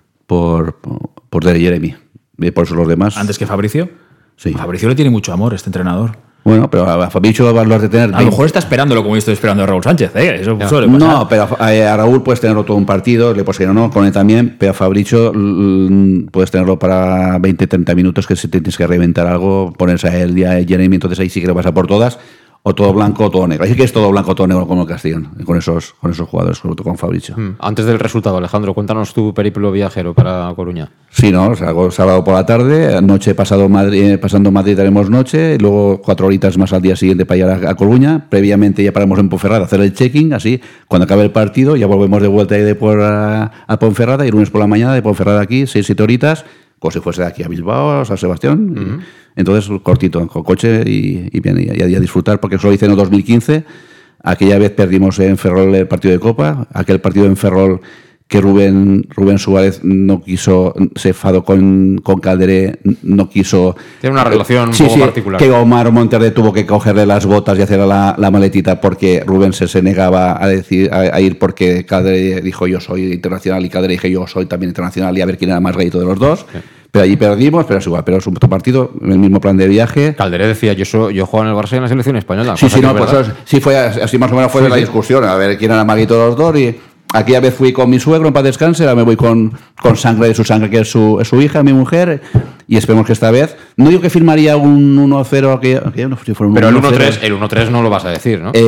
de Jeremy. Y por eso los demás. ¿Antes que Fabricio? Sí. A Fabricio le tiene mucho amor este entrenador. Bueno, pero a Fabricio lo has de tener... A lo mejor está esperándolo como yo estoy esperando a Raúl Sánchez, ¿eh? Eso suele pasar. No, pero a Raúl puedes tenerlo todo un partido, le puedes ir o no, con él también, pero a Fabricio puedes tenerlo para 20-30 minutos, que si tienes que reventar algo, ponerse a él y a Jeremy, entonces ahí sí que le vas a por todas, o todo blanco o todo negro. Así que es todo blanco o todo negro como el Castellón, con esos jugadores, sobre todo con Fabricio. Antes del resultado, Alejandro, cuéntanos tu periplo viajero para Coruña. Sí, ¿no? Salgo sábado por la tarde, noche pasando Madrid haremos noche, y luego 4 horitas más al día siguiente para ir a Coruña. Previamente ya paramos en Ponferrada a hacer el check-in, así, cuando acabe el partido ya volvemos de vuelta a Ponferrada, y lunes por la mañana de Ponferrada aquí, 6-7 horitas, como si fuese de aquí a Bilbao, a San Sebastián. Entonces, cortito, con coche y bien, y a disfrutar, porque eso lo hice en el 2015. Aquella vez perdimos en Ferrol el partido de Copa. Aquel partido en Ferrol que Rubén Suárez no quiso, se enfadó con Calderé, no quiso... Tiene una relación un poco particular. Que Omar Monterde tuvo que cogerle las botas y hacer la maletita porque Rubén se negaba a ir porque Calderé dijo yo soy internacional y Calderé dije yo soy también internacional y a ver quién era más gallito de los dos. Sí. Pero allí perdimos, pero es igual, pero es un partido, el mismo plan de viaje. Calderé decía, yo juego en el Barça y en la selección española. Sí, no, pues sí fue así más o menos fue la discusión, a ver quién era más gallito de los dos y... Aquella vez fui con mi suegro en paz descanse, ahora me voy con sangre de su sangre, que es su hija, mi mujer, y esperemos que esta vez... No digo que firmaría un 1-0, aquella no, si fuera un pero 1-0, el 1-3 no lo vas a decir, ¿no?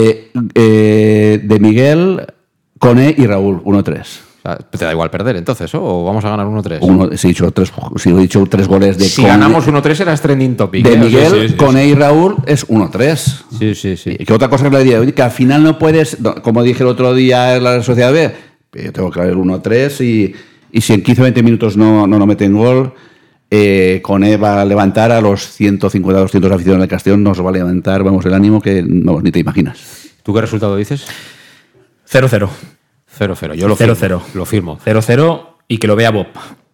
De Miguel, Koné y Raúl, 1-3. O sea, ¿te da igual perder entonces, o vamos a ganar 1-3? Si he dicho tres goles de Si ganamos 1-3 era trending topic. De Miguel, Koné y Raúl es 1-3. Sí. Y que otra cosa que le diría, que al final no puedes, como dije el otro día en la Sociedad B, yo tengo que haber 1-3 y si en 15-20 minutos no meten gol, Koné va a levantar a los 150, 200 aficionados del Castellón, nos va a levantar, vamos, el ánimo que no, ni te imaginas. ¿Tú qué resultado dices? 0-0. 0-0, yo lo firmo. 0-0 y que lo vea Bob.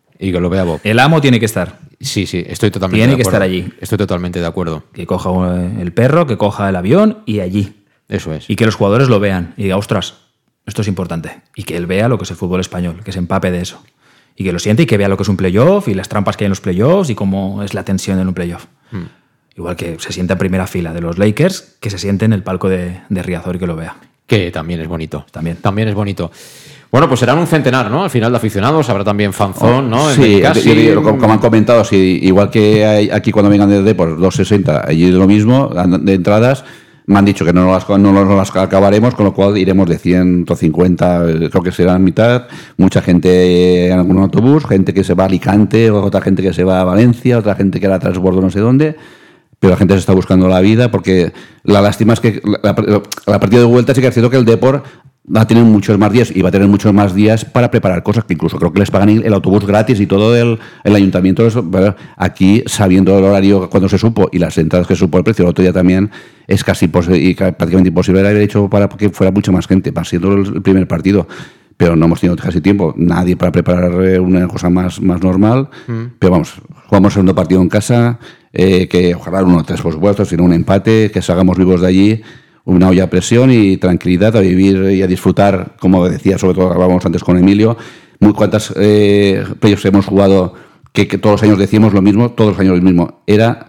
El amo tiene que estar. Sí, estoy totalmente de acuerdo. Tiene que estar allí. Estoy totalmente de acuerdo. Que coja el perro, que coja el avión y allí. Eso es. Y que los jugadores lo vean y diga, ostras, esto es importante. Y que él vea lo que es el fútbol español, que se empape de eso. Y que lo siente y que vea lo que es un playoff y las trampas que hay en los playoffs y cómo es la tensión en un playoff. Igual que se sienta en primera fila de los Lakers, que se siente en el palco de Riazor y que lo vea. Que también es bonito. También es bonito. Bueno, pues serán un centenar, ¿no? Al final de aficionados, habrá también fanzón, ¿no? Sí, como han comentado, sí, igual que hay aquí cuando vengan desde por 2.60, allí es lo mismo, de entradas, me han dicho que no las acabaremos, con lo cual iremos de 150, creo que será mitad, mucha gente en algún autobús, gente que se va a Alicante, otra gente que se va a Valencia, otra gente que hará transbordo no sé dónde. Pero la gente se está buscando la vida porque la lástima es que la partida de vuelta sí que es cierto que el Depor va a tener muchos más días y va a tener muchos más días para preparar cosas que incluso creo que les pagan el autobús gratis y todo el ayuntamiento. Aquí, sabiendo el horario cuando se supo y las entradas que supo el precio el otro día también, es casi prácticamente imposible haber hecho para que fuera mucha más gente, va siendo el primer partido. Pero no hemos tenido casi tiempo, nadie para preparar una cosa más normal. Pero vamos, jugamos el segundo partido en casa, que ojalá 1-3 por supuesto, sino un empate, que salgamos vivos de allí, una olla a presión y tranquilidad a vivir y a disfrutar, como decía, sobre todo hablábamos antes con Emilio, cuántas playoffs hemos jugado que todos los años decíamos lo mismo, todos los años lo mismo,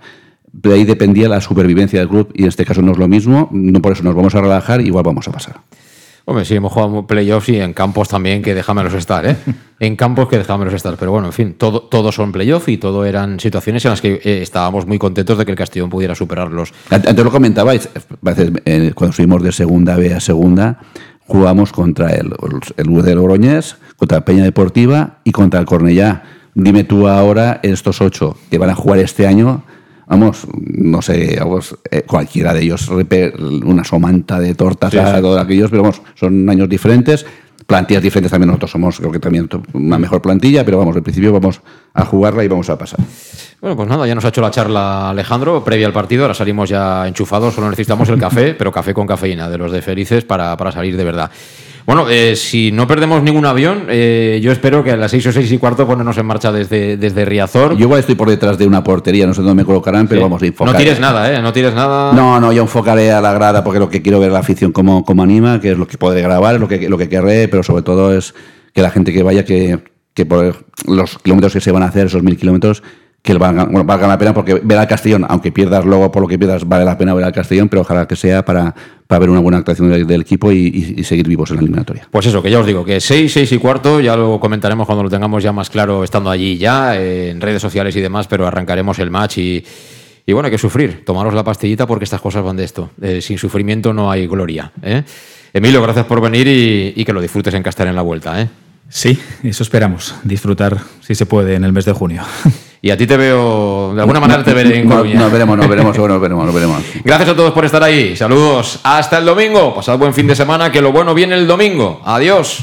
de ahí dependía la supervivencia del club y en este caso no es lo mismo, no por eso nos vamos a relajar, igual vamos a pasar. Hombre, sí, hemos jugado playoffs y en campos también que déjamelos estar, ¿eh? En campos que déjamelos estar. Pero bueno, en fin, todo son playoffs y todo eran situaciones en las que estábamos muy contentos de que el Castellón pudiera superarlos. Antes lo comentabais, cuando subimos de segunda B a segunda, jugamos contra el de Logroñés, contra Peña Deportiva y contra el Cornellá. Dime tú ahora, estos 8 que van a jugar este año... Vamos, no sé, cualquiera de ellos, una somanta de tortas a todos aquellos, pero vamos, son años diferentes, plantillas diferentes también. Nosotros somos, creo que también una mejor plantilla, pero vamos, al principio vamos a jugarla y vamos a pasar. Bueno, pues nada, ya nos ha hecho la charla Alejandro previa al partido, ahora salimos ya enchufados, solo necesitamos el café, pero café con cafeína, de los de Felices, para salir de verdad. Bueno, si no perdemos ningún avión, yo espero que a las 6 o 6 y cuarto ponernos en marcha desde Riazor. Yo igual estoy por detrás de una portería, no sé dónde me colocarán, pero vamos a enfocar. No tires nada, ¿eh? No tires nada. No, yo enfocaré a la grada porque lo que quiero ver la afición como anima, que es lo que podré grabar, es lo que querré, pero sobre todo es que la gente que vaya, que por los kilómetros que se van a hacer, esos 1000 kilómetros, que valgan la pena, porque ver al Castellón, aunque pierdas luego por lo que pierdas, vale la pena ver al Castellón, pero ojalá que sea para ver una buena actuación del equipo y seguir vivos en la eliminatoria. Pues eso, que ya os digo, que 6 y cuarto, ya lo comentaremos cuando lo tengamos ya más claro, estando allí ya, en redes sociales y demás, pero arrancaremos el match y bueno, hay que sufrir, tomaros la pastillita porque estas cosas van de esto. Sin sufrimiento no hay gloria, ¿eh? Emilio, gracias por venir y que lo disfrutes en Castellón en la vuelta, ¿eh? Sí, eso esperamos, disfrutar, si se puede, en el mes de junio. Y a ti te veo, de alguna manera te veré en Coruña. Nos veremos. Gracias a todos por estar ahí. Saludos. Hasta el domingo. Pasad buen fin de semana, que lo bueno viene el domingo. Adiós.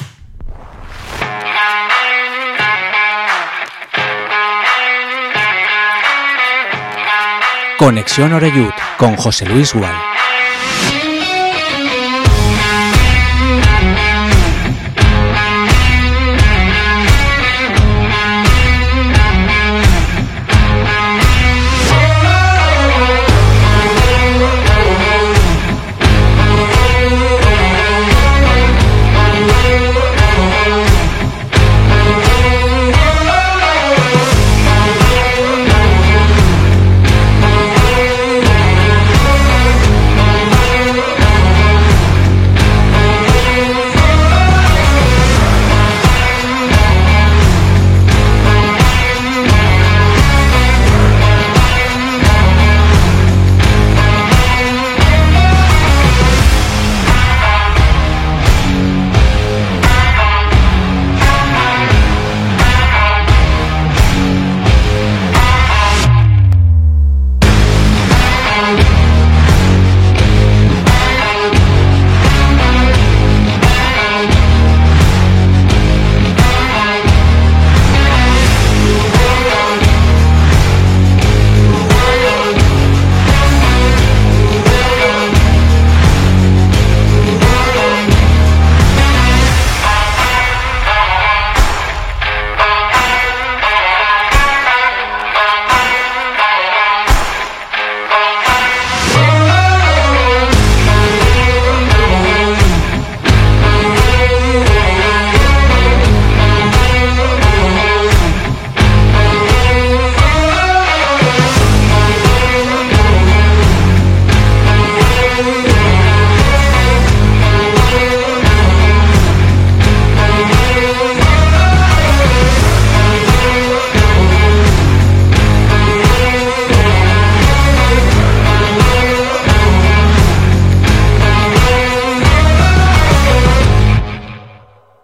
Conexión Oreyud con José Luis Gual.